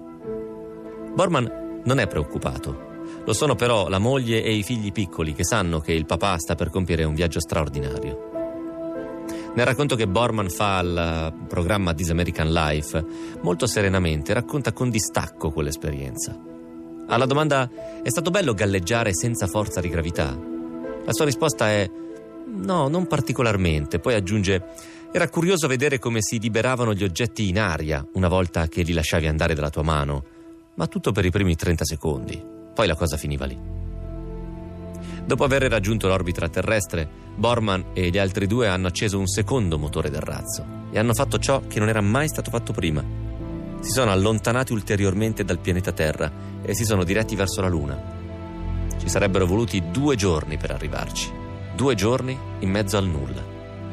Borman non è preoccupato. Lo sono però la moglie e i figli piccoli che sanno che il papà sta per compiere un viaggio straordinario. Nel racconto che Borman fa al programma This American Life, molto serenamente racconta con distacco quell'esperienza. Alla domanda «È stato bello galleggiare senza forza di gravità?» la sua risposta è «No, non particolarmente». Poi aggiunge «Era curioso vedere come si liberavano gli oggetti in aria una volta che li lasciavi andare dalla tua mano, ma tutto per i primi trenta secondi». Poi la cosa finiva lì. Dopo aver raggiunto l'orbita terrestre, Borman e gli altri due hanno acceso un secondo motore del razzo e hanno fatto ciò che non era mai stato fatto prima. Si sono allontanati ulteriormente dal pianeta Terra e si sono diretti verso la Luna. Ci sarebbero voluti due giorni per arrivarci. Due giorni in mezzo al nulla.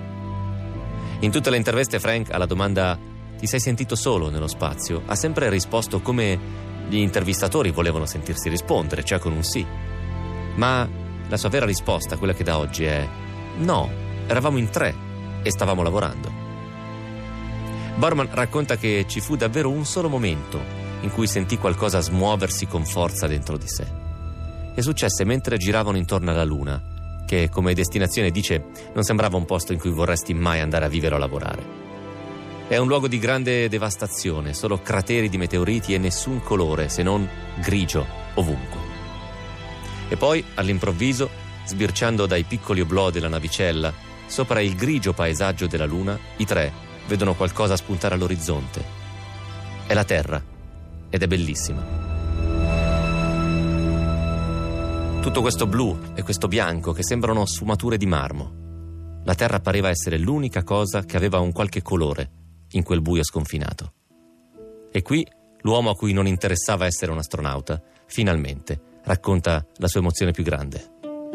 In tutte le interviste Frank alla domanda «Ti sei sentito solo nello spazio?» ha sempre risposto come gli intervistatori volevano sentirsi rispondere, cioè con un sì. Ma la sua vera risposta, quella che da oggi è no, eravamo in tre e stavamo lavorando. Borman racconta che ci fu davvero un solo momento in cui sentì qualcosa smuoversi con forza dentro di sé. E successe mentre giravano intorno alla Luna, che come destinazione dice non sembrava un posto in cui vorresti mai andare a vivere o lavorare. È un luogo di grande devastazione, solo crateri di meteoriti e nessun colore se non grigio ovunque. E poi, all'improvviso, sbirciando dai piccoli oblò della navicella, sopra il grigio paesaggio della Luna, i tre vedono qualcosa spuntare all'orizzonte. È la Terra, ed è bellissima. Tutto questo blu e questo bianco che sembrano sfumature di marmo. La Terra pareva essere l'unica cosa che aveva un qualche colore in quel buio sconfinato. E qui l'uomo a cui non interessava essere un astronauta, finalmente racconta la sua emozione più grande.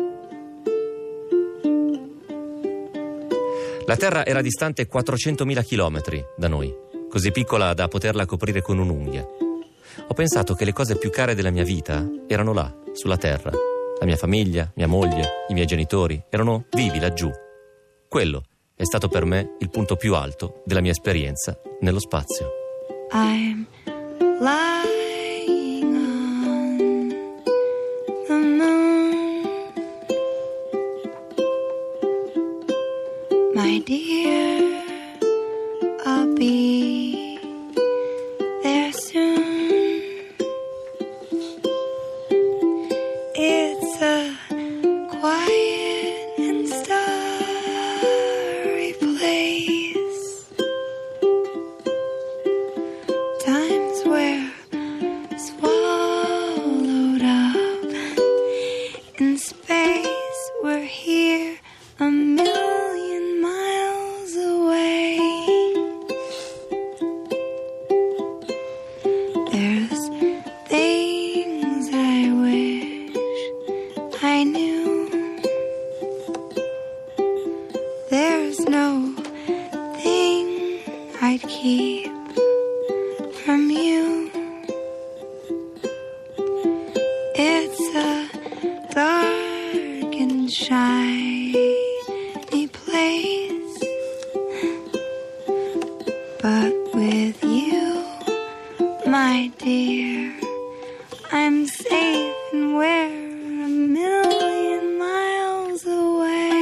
La Terra era distante quattrocentomila chilometri da noi, così piccola da poterla coprire con un'unghia. Ho pensato che le cose più care della mia vita erano là, sulla Terra. La mia famiglia, mia moglie, i miei genitori erano vivi laggiù. Quello è stato per me il punto più alto della mia esperienza nello spazio. I'm lying on the moon, my dear, I'll be there soon. It's a quiet and starry place, times where swallowed up in space, we're here a million miles away. There's things I wish I knew. There's no thing I'd keep from you. but with you, my dear, I'm safe and we're a million miles away.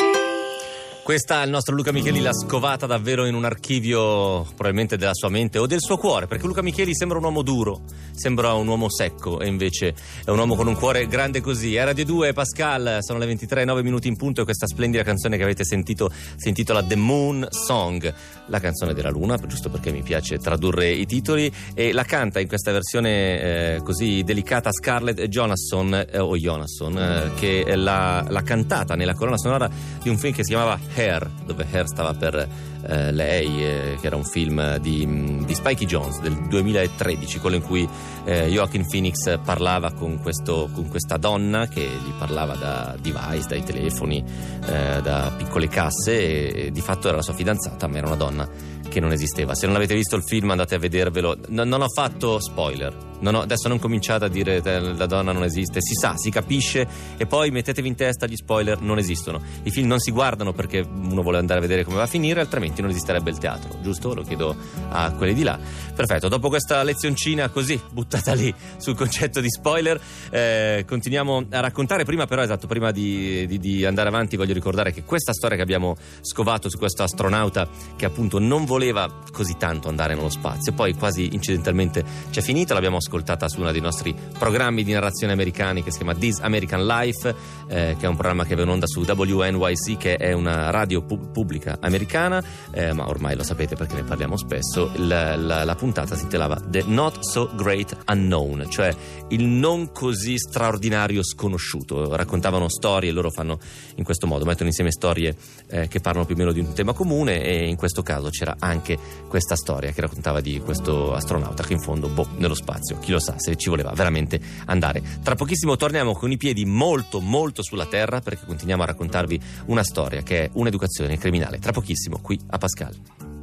Questa il nostro Luca Micheli l'ha scovata davvero in un archivio probabilmente della sua mente o del suo cuore, perché Luca Micheli sembra un uomo duro, sembra un uomo secco e invece è un uomo con un cuore grande così. È Radio due, Pascal, sono le ventitré e nove minuti in punto e questa splendida canzone che avete sentito si intitola The Moon Song, la canzone della luna, giusto perché mi piace tradurre i titoli, e la canta in questa versione eh, così delicata Scarlett Johansson eh, o Johansson eh, che l'ha, l'ha cantata nella colonna sonora di un film che si chiamava Hair, dove Hair stava per eh, lei, eh, che era un film di, di Spike Jonze del duemilatredici, quello in cui eh, Joaquin Phoenix parlava con, questo, con questa donna che gli parlava da device, dai telefoni, eh, da piccole casse, e, e di fatto era la sua fidanzata, ma era una donna che non esisteva. Se non avete visto il film andate a vedervelo. No, non ho fatto spoiler, non ho, adesso non cominciate a dire la donna non esiste, si sa, si capisce, e poi mettetevi in testa gli spoiler non esistono. I film non si guardano perché uno vuole andare a vedere come va a finire, altrimenti non esisterebbe il teatro, giusto? Lo chiedo a quelli di là. Perfetto, dopo questa lezioncina così buttata lì sul concetto di spoiler, eh, continuiamo a raccontare. Prima però, esatto, prima di, di, di andare avanti voglio ricordare che questa storia che abbiamo scovato su questo astronauta che appunto non voleva così tanto andare nello spazio, poi quasi incidentalmente c'è finito, l'abbiamo ascoltata su uno dei nostri programmi di narrazione americani che si chiama This American Life, eh, che è un programma che va in onda su W N Y C, che è una radio pu- pubblica americana, eh, ma ormai lo sapete perché ne parliamo spesso. La, la, la puntata si intitolava The Not So Great Unknown, cioè il non così straordinario sconosciuto. Raccontavano storie, loro fanno in questo modo, mettono insieme storie eh, che parlano più o meno di un tema comune, e in questo caso c'era anche questa storia che raccontava di questo astronauta che in fondo, boh, nello spazio, chi lo sa se ci voleva veramente andare. Tra pochissimo torniamo con i piedi molto molto sulla terra, perché continuiamo a raccontarvi una storia che è un'educazione criminale. Tra pochissimo qui a Pascal.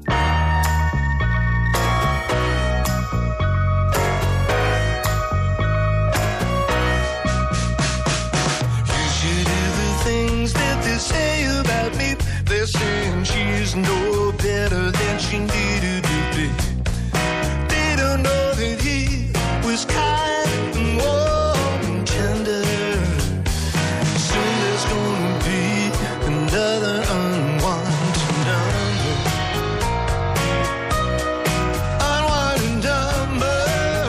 They're saying she's no better than she needed to be. They don't know that he was kind and warm and tender. Soon there's gonna be another unwanted number. Unwanted number.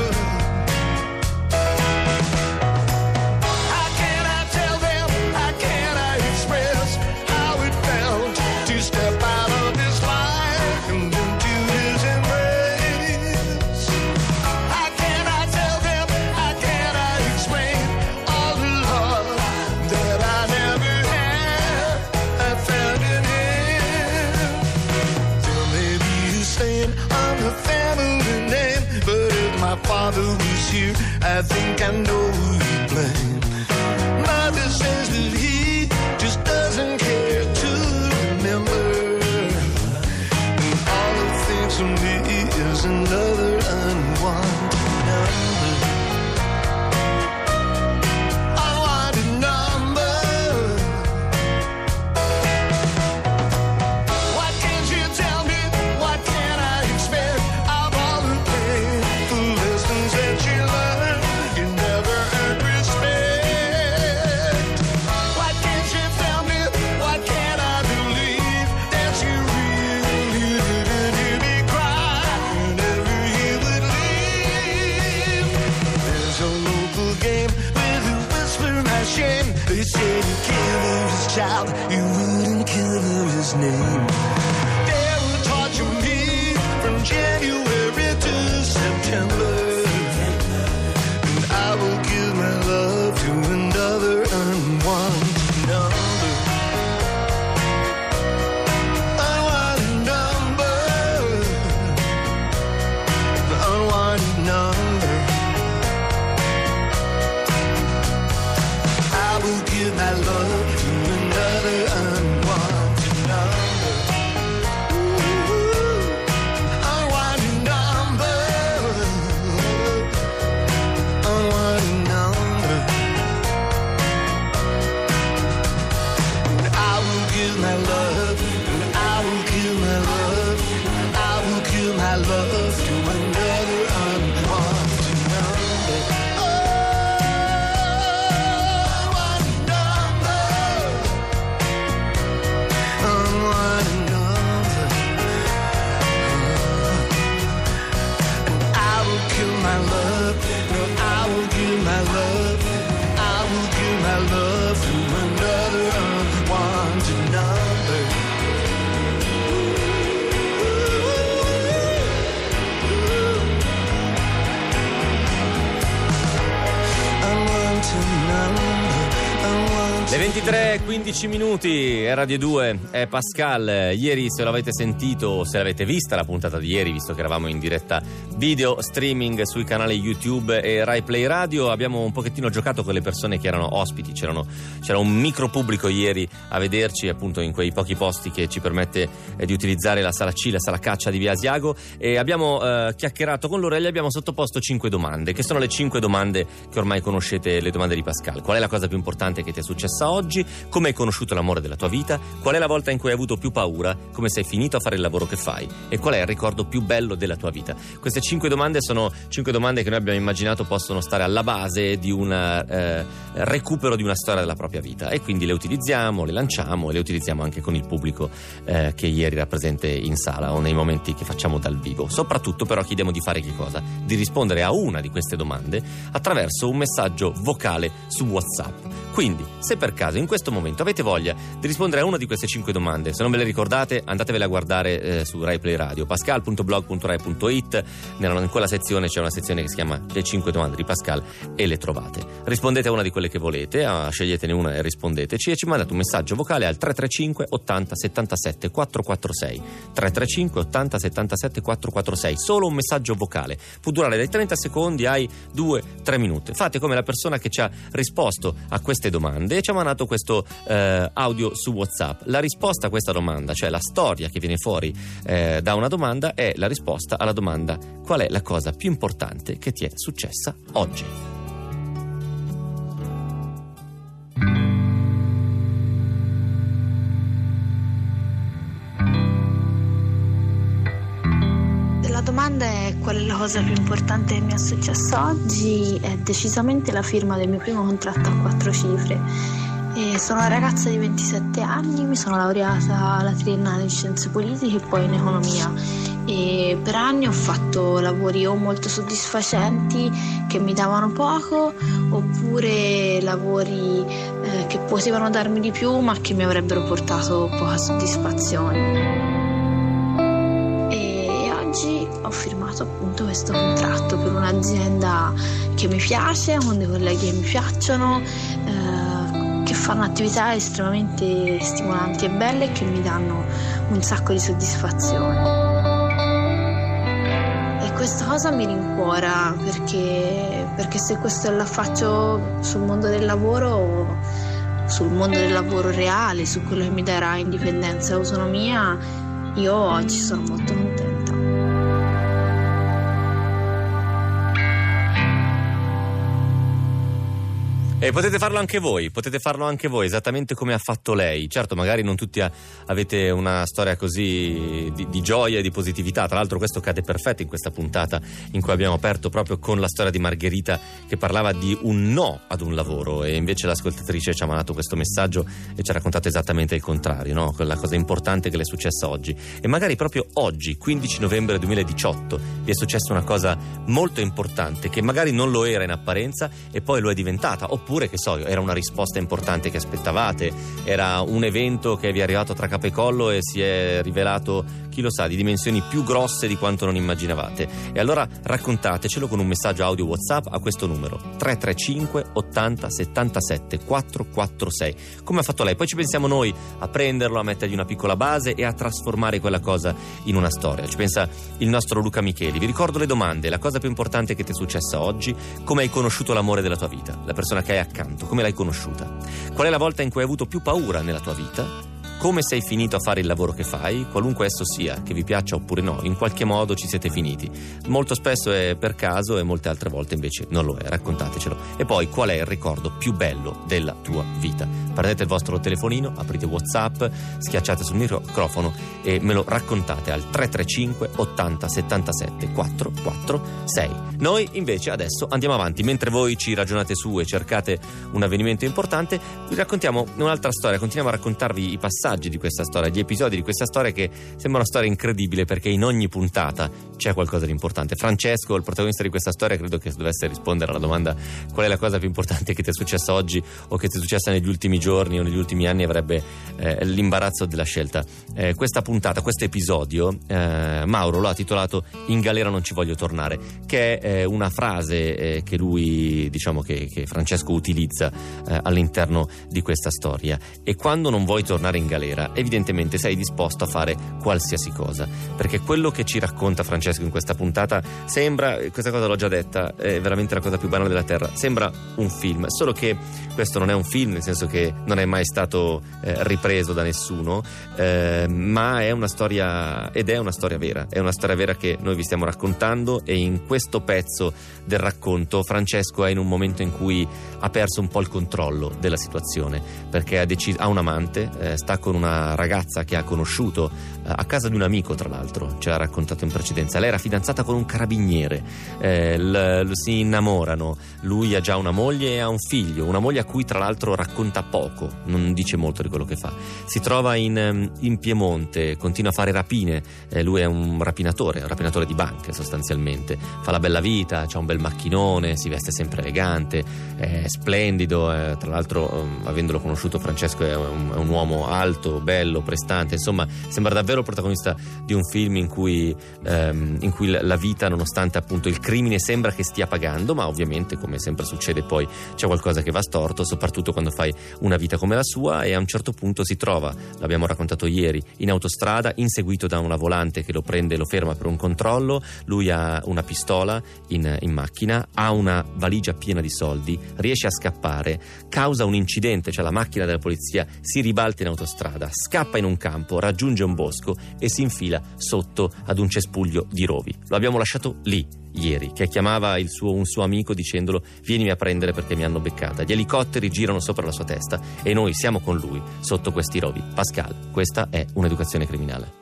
How can I tell them? How can I express how it felt to step out of this life and into his embrace? How can I tell them? How can I explain all the love that I never had? I found in him. There may be you saying I'm a family name, but if my father was here, I think I know who you'd blame. Mother says that he just doesn't care to remember, and all it thinks of me is another unwanted number. Unwanted number. What can't you tell me? What can I expect of all the painful lessons that you learned? You never earned respect. What can't you tell me? What can I believe that you really didn't hear me cry whenever he would leave? There's a local game with a whisper my shame. They say you kill his child, you wouldn't kill his name. They will torture me from January to September, and I will give my love to another unwanted number. Unwanted number. The unwanted number. I will give my love to another unwanted number. ventitré e quindici minuti, è Radio due, è Pascal. Ieri, se l'avete sentito, se l'avete vista la puntata di ieri, visto che eravamo in diretta video streaming sui canali YouTube e Rai Play Radio, abbiamo un pochettino giocato con le persone che erano ospiti. C'erano, c'era un micro pubblico ieri a vederci, appunto in quei pochi posti che ci permette eh, di utilizzare la sala C, la sala caccia di Via Asiago, e abbiamo eh, chiacchierato con loro e gli abbiamo sottoposto cinque domande, che sono le cinque domande che ormai conoscete, le domande di Pascal. Qual è la cosa più importante che ti è successa oggi? Come hai conosciuto l'amore della tua vita? Qual è la volta in cui hai avuto più paura? Come sei finito a fare il lavoro che fai? E qual è il ricordo più bello della tua vita? Queste cinque domande sono cinque domande che noi abbiamo immaginato possono stare alla base di un eh, recupero di una storia della propria vita, e quindi le utilizziamo, le lanciamo e le utilizziamo anche con il pubblico eh, che ieri era presente in sala o nei momenti che facciamo dal vivo. Soprattutto però chiediamo di fare che cosa? Di rispondere a una di queste domande attraverso un messaggio vocale su WhatsApp. Quindi, se per caso in questo momento avete voglia di rispondere a una di queste cinque domande, se non ve le ricordate andatevele a guardare eh, su Rai Play Radio, pascal punto blog punto rai punto it. Nella, in quella sezione c'è una sezione che si chiama Le cinque domande di Pascal e le trovate. Rispondete a una di quelle che volete, ah, sceglietene una e rispondeteci, e ci mandate un messaggio vocale al tre tre cinque ottanta settantasette quattrocentoquarantasei tre tre cinque ottanta settantasette quattrocentoquarantasei. Solo un messaggio vocale, può durare dai trenta secondi ai due tre minuti. Fate come la persona che ci ha risposto a queste domande e ci ha mandato questo eh, audio su WhatsApp. La risposta a questa domanda, cioè la storia che viene fuori eh, da una domanda, è la risposta alla domanda: qual è la cosa più importante che ti è successa oggi? La domanda è: qual è la cosa più importante che mi è successa oggi? È decisamente la firma del mio primo contratto a quattro cifre. E sono una ragazza di ventisette anni, mi sono laureata alla triennale in scienze politiche e poi in economia, e per anni ho fatto lavori o molto soddisfacenti che mi davano poco, oppure lavori eh, che potevano darmi di più ma che mi avrebbero portato poca soddisfazione. Oggi ho firmato appunto questo contratto per un'azienda che mi piace, con dei colleghi che mi piacciono, eh, che fanno attività estremamente stimolanti e belle e che mi danno un sacco di soddisfazione. E questa cosa mi rincuora perché, perché se questo la faccio sul mondo del lavoro, sul mondo del lavoro reale, su quello che mi darà indipendenza e autonomia, io oggi sono molto contenta. E potete farlo anche voi, potete farlo anche voi, esattamente come ha fatto lei. Certo, magari non tutti ha, avete una storia così di, di gioia e di positività. Tra l'altro questo cade perfetto in questa puntata in cui abbiamo aperto proprio con la storia di Margherita, che parlava di un no ad un lavoro, e invece l'ascoltatrice ci ha mandato questo messaggio e ci ha raccontato esattamente il contrario, no? Quella cosa importante che le è successa oggi. E magari proprio oggi, quindici novembre duemiladiciotto, vi è successa una cosa molto importante che magari non lo era in apparenza e poi lo è diventata, oppure, che so, era una risposta importante che aspettavate, era un evento che vi è arrivato tra capo e collo e si è rivelato, chi lo sa, di dimensioni più grosse di quanto non immaginavate. E allora raccontatecelo con un messaggio audio WhatsApp a questo numero tre tre cinque ottanta settantasette quattrocentoquarantasei, come ha fatto lei. Poi ci pensiamo noi a prenderlo, a mettergli una piccola base e a trasformare quella cosa in una storia. Ci pensa il nostro Luca Micheli. Vi ricordo le domande: la cosa più importante che ti è successa oggi, come hai conosciuto l'amore della tua vita, la persona che hai accanto, come l'hai conosciuta, qual è la volta in cui hai avuto più paura nella tua vita, come sei finito a fare il lavoro che fai, qualunque esso sia, che vi piaccia oppure no, in qualche modo ci siete finiti. Molto spesso è per caso e molte altre volte invece non lo è, raccontatecelo. E poi, qual è il ricordo più bello della tua vita? Prendete il vostro telefonino, aprite WhatsApp, schiacciate sul microfono e me lo raccontate al tre tre cinque ottanta settantasette quattrocentoquarantasei. Noi invece adesso andiamo avanti, mentre voi ci ragionate su e cercate un avvenimento importante, vi raccontiamo un'altra storia, continuiamo a raccontarvi i passaggi passaggi di questa storia, gli episodi di questa storia che sembra una storia incredibile perché in ogni puntata c'è qualcosa di importante. Francesco, il protagonista di questa storia, credo che dovesse rispondere alla domanda qual è la cosa più importante che ti è successa oggi o che ti è successa negli ultimi giorni o negli ultimi anni, avrebbe eh, l'imbarazzo della scelta. Eh, questa puntata, questo episodio, eh, Mauro lo ha titolato "In galera non ci voglio tornare", che è eh, una frase eh, che lui, diciamo che, che Francesco utilizza eh, all'interno di questa storia. E quando non vuoi tornare in galera, evidentemente sei disposto a fare qualsiasi cosa, perché quello che ci racconta Francesco in questa puntata sembra, questa cosa l'ho già detta, è veramente la cosa più banale della terra, sembra un film, solo che questo non è un film, nel senso che non è mai stato eh, ripreso da nessuno, eh, ma è una storia, ed è una storia vera, è una storia vera che noi vi stiamo raccontando, e in questo pezzo del racconto Francesco è in un momento in cui ha perso un po' il controllo della situazione, perché ha deciso, ha un amante, eh, sta con una ragazza che ha conosciuto eh, a casa di un amico, tra l'altro ce l'ha raccontato in precedenza. Lei era fidanzata con un carabiniere, eh, l- l- si innamorano, lui ha già una moglie e ha un figlio, una moglie a cui tra l'altro racconta poco, non dice molto di quello che fa. Si trova in, in Piemonte, continua a fare rapine, eh, lui è un rapinatore, un rapinatore di banche sostanzialmente, fa la bella vita, c'ha un bel macchinone, si veste sempre elegante, è splendido, eh, tra l'altro um, avendolo conosciuto Francesco è un, è un uomo alto, bello, prestante, insomma sembra davvero il protagonista di un film in cui, ehm, in cui la vita, nonostante appunto il crimine, sembra che stia pagando, ma ovviamente, come sempre succede, poi c'è qualcosa che va storto, soprattutto quando fai una vita come la sua. E a un certo punto si trova, l'abbiamo raccontato ieri, in autostrada, inseguito da una volante che lo prende e lo ferma per un controllo. Lui ha una pistola in, in macchina, ha una valigia piena di soldi, riesce a scappare, causa un incidente, cioè la macchina della polizia si ribalta in autostrada, scappa in un campo, raggiunge un bosco e si infila sotto ad un cespuglio di rovi. Lo abbiamo lasciato lì ieri, che chiamava il suo, un suo amico dicendolo: vienimi a prendere perché mi hanno beccata. Gli elicotteri girano sopra la sua testa e noi siamo con lui sotto questi rovi. Pascal, questa è un'educazione criminale.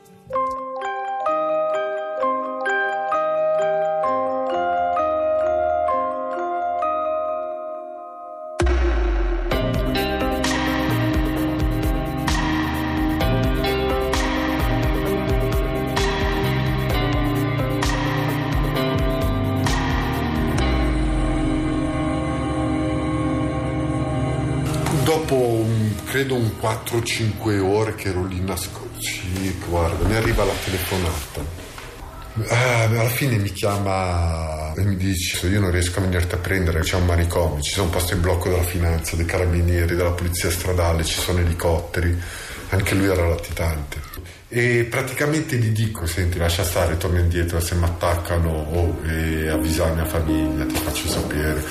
Dopo un, credo un quattro cinque ore che ero lì nascosto, sì, guarda, mi arriva la telefonata. Ah, alla fine mi chiama e mi dice: io non riesco a venirti a prendere, c'è un manicomio, ci sono posti in blocco della finanza, dei carabinieri, della polizia stradale, ci sono elicotteri. Anche lui era latitante. E praticamente gli dico: senti, lascia stare, torna indietro, se mi attaccano oh, e avvisa la mia famiglia, ti faccio sapere.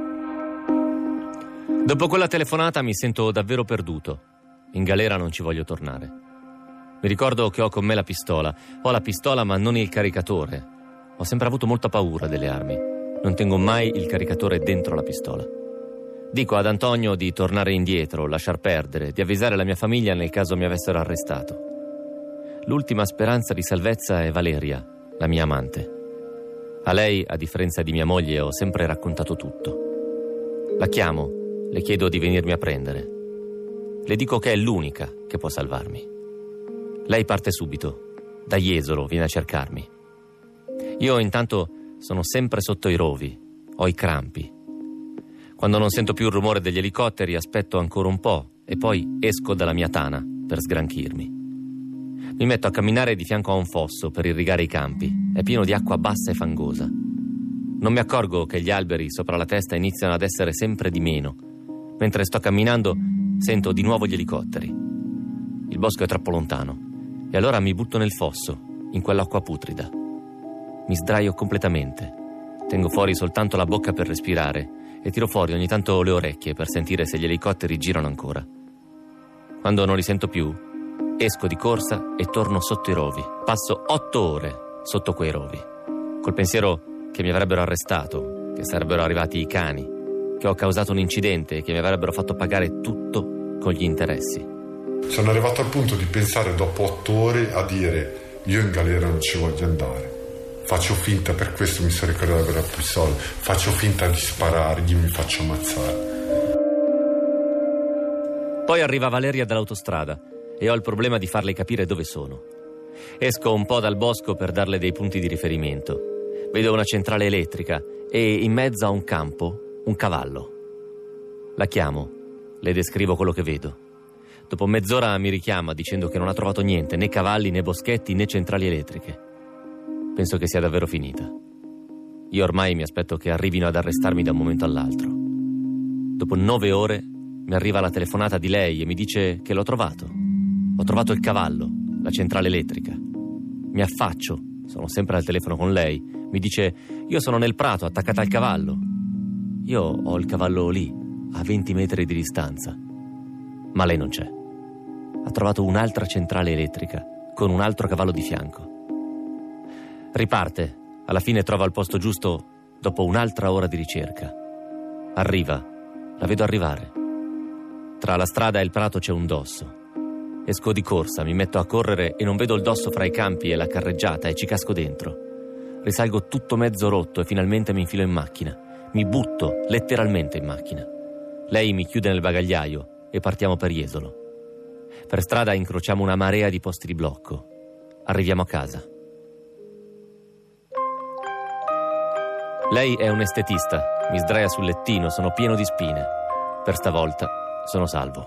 Dopo quella telefonata mi sento davvero perduto. In galera non ci voglio tornare. Mi ricordo che ho con me la pistola. Ho la pistola ma non il caricatore. Ho sempre avuto molta paura delle armi. Non tengo mai il caricatore dentro la pistola. Dico ad Antonio di tornare indietro, lasciar perdere, di avvisare la mia famiglia nel caso mi avessero arrestato. L'ultima speranza di salvezza è Valeria, la mia amante. A lei, a differenza di mia moglie, ho sempre raccontato tutto. La chiamo. Le chiedo di venirmi a prendere. Le dico che è l'unica che può salvarmi. Lei parte subito. Da Jesolo viene a cercarmi. Io intanto sono sempre sotto i rovi. Ho i crampi. Quando non sento più il rumore degli elicotteri aspetto ancora un po' e poi esco dalla mia tana per sgranchirmi. Mi metto a camminare di fianco a un fosso per irrigare i campi. È pieno di acqua bassa e fangosa. Non mi accorgo che gli alberi sopra la testa iniziano ad essere sempre di meno. Mentre sto camminando sento di nuovo gli elicotteri. Il bosco è troppo lontano e allora mi butto nel fosso, in quell'acqua putrida. Mi sdraio completamente. Tengo fuori soltanto la bocca per respirare e tiro fuori ogni tanto le orecchie per sentire se gli elicotteri girano ancora. Quando non li sento più, esco di corsa e torno sotto i rovi. Passo otto ore sotto quei rovi, col pensiero che mi avrebbero arrestato, che sarebbero arrivati i cani, che ho causato un incidente e che mi avrebbero fatto pagare tutto con gli interessi. Sono arrivato al punto di pensare dopo otto ore a dire: io in galera non ci voglio andare. Faccio finta, per questo mi sono ricordato di avere la pistola, faccio finta di sparargli, mi faccio ammazzare. Poi arriva Valeria dall'autostrada e ho il problema di farle capire dove sono. Esco un po' dal bosco per darle dei punti di riferimento. Vedo una centrale elettrica e in mezzo a un campo un cavallo. La chiamo, le descrivo quello che vedo. Dopo mezz'ora mi richiama dicendo che non ha trovato niente, né cavalli, né boschetti, né centrali elettriche. Penso che sia davvero finita. Io ormai mi aspetto che arrivino ad arrestarmi da un momento all'altro. Dopo nove ore mi arriva la telefonata di lei e mi dice che l'ho trovato. Ho trovato il cavallo, la centrale elettrica. Mi affaccio, sono sempre al telefono con lei. Mi dice: io sono nel prato, attaccata al cavallo. Io ho il cavallo lì, a venti metri di distanza. Ma lei non c'è. Ha trovato un'altra centrale elettrica con un altro cavallo di fianco. Riparte. Alla fine trova il posto giusto dopo un'altra ora di ricerca. Arriva, la vedo arrivare. Tra la strada e il prato c'è un dosso. Esco di corsa, mi metto a correre e non vedo il dosso fra i campi e la carreggiata e ci casco dentro. Risalgo tutto mezzo rotto e finalmente mi infilo in macchina. Mi butto letteralmente in macchina. Lei mi chiude nel bagagliaio e partiamo per Jesolo. Per strada incrociamo una marea di posti di blocco. Arriviamo a casa. Lei è un estetista, mi sdraia sul lettino, sono pieno di spine. Per stavolta sono salvo.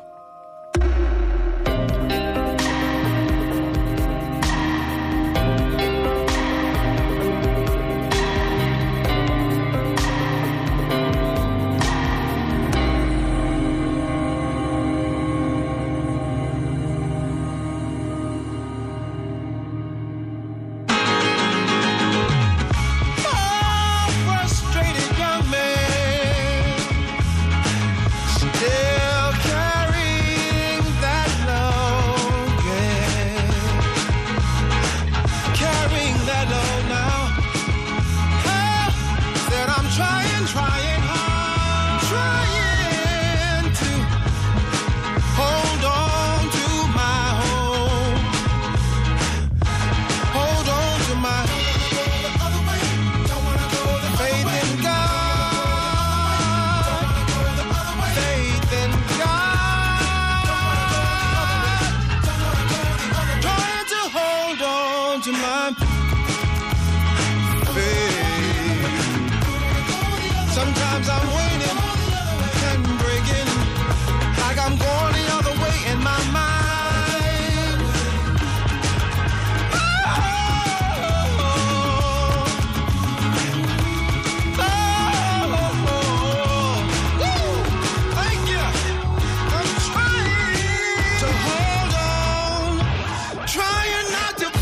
Sometimes I'm waiting and breaking, like I'm going the other way in my mind. Oh, oh, oh, oh. Thank you. I'm trying to hold on, trying not to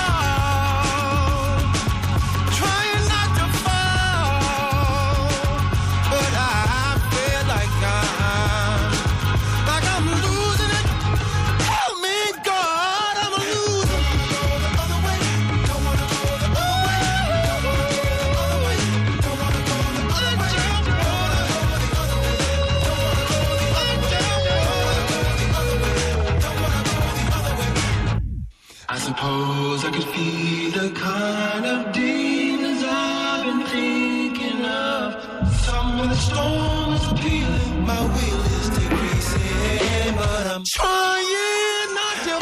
fall, trying not to fall. But I feel like I'm, like I'm losing it. Help me, God, I'm a loser. Don't wanna go the other way. Don't wanna go the other way. Don't wanna go the other way. Don't wanna go the other way. Don't wanna go the other way. Don't wanna go the other way. Don't wanna go the other way. I suppose I could feel the kind of demons I've been thinking of. Some of the storm is appealing, my will is decreasing, but I'm trying not to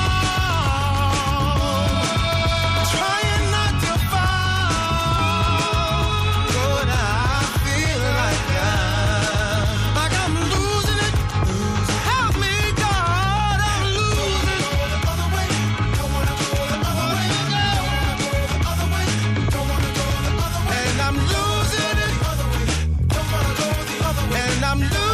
fall, trying not to fall. But I feel like I'm, like I'm losing it. Help me, God, I'm losing it. Don't wanna go the other way. Don't wanna go the other way. Don't wanna go the other way. And I'm losing it. Don't wanna go the other way. And I'm losing it.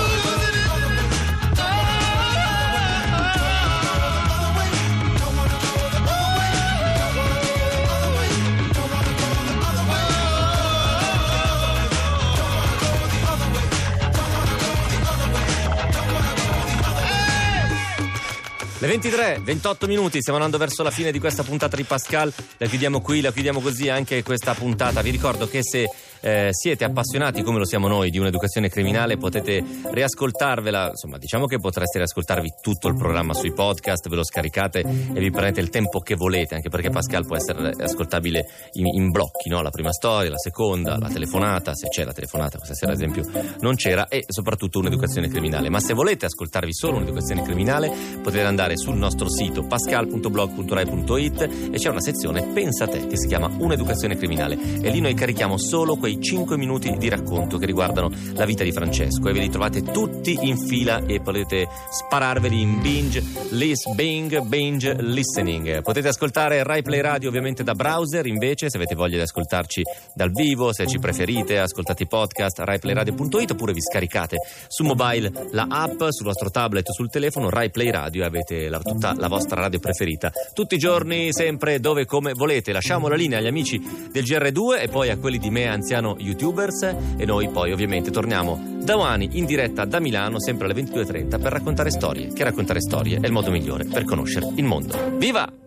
Le ventitré, ventotto minuti, stiamo andando verso la fine di questa puntata di Pascal. La chiudiamo qui, la chiudiamo così anche questa puntata. Vi ricordo che se eh, siete appassionati come lo siamo noi di un'educazione criminale, potete riascoltarvela, insomma diciamo che potreste riascoltarvi tutto il programma sui podcast, ve lo scaricate e vi prendete il tempo che volete, anche perché Pascal può essere ascoltabile in, in blocchi, no? La prima storia, la seconda, la telefonata, se c'è la telefonata, questa sera ad esempio non c'era, e soprattutto un'educazione criminale. Ma se volete ascoltarvi solo un'educazione criminale potete andare sul nostro sito pascal punto blog punto rai punto it e c'è una sezione Pensa te che si chiama Un'educazione criminale, e lì noi carichiamo solo quei cinque minuti di racconto che riguardano la vita di Francesco e ve li trovate tutti in fila e potete spararveli in binge, lis, bing, binge listening. Potete ascoltare Rai Play Radio ovviamente da browser, invece se avete voglia di ascoltarci dal vivo, se ci preferite ascoltate i podcast rai play radio punto it, oppure vi scaricate su mobile la app, sul vostro tablet o sul telefono Rai Play Radio e avete la, tutta la vostra radio preferita tutti i giorni, sempre, dove, come volete. Lasciamo la linea agli amici del G R due e poi a quelli di Me Anziano YouTubers, e noi poi ovviamente torniamo domani in diretta da Milano sempre alle ventidue e trenta per raccontare storie, che raccontare storie è il modo migliore per conoscere il mondo. Viva!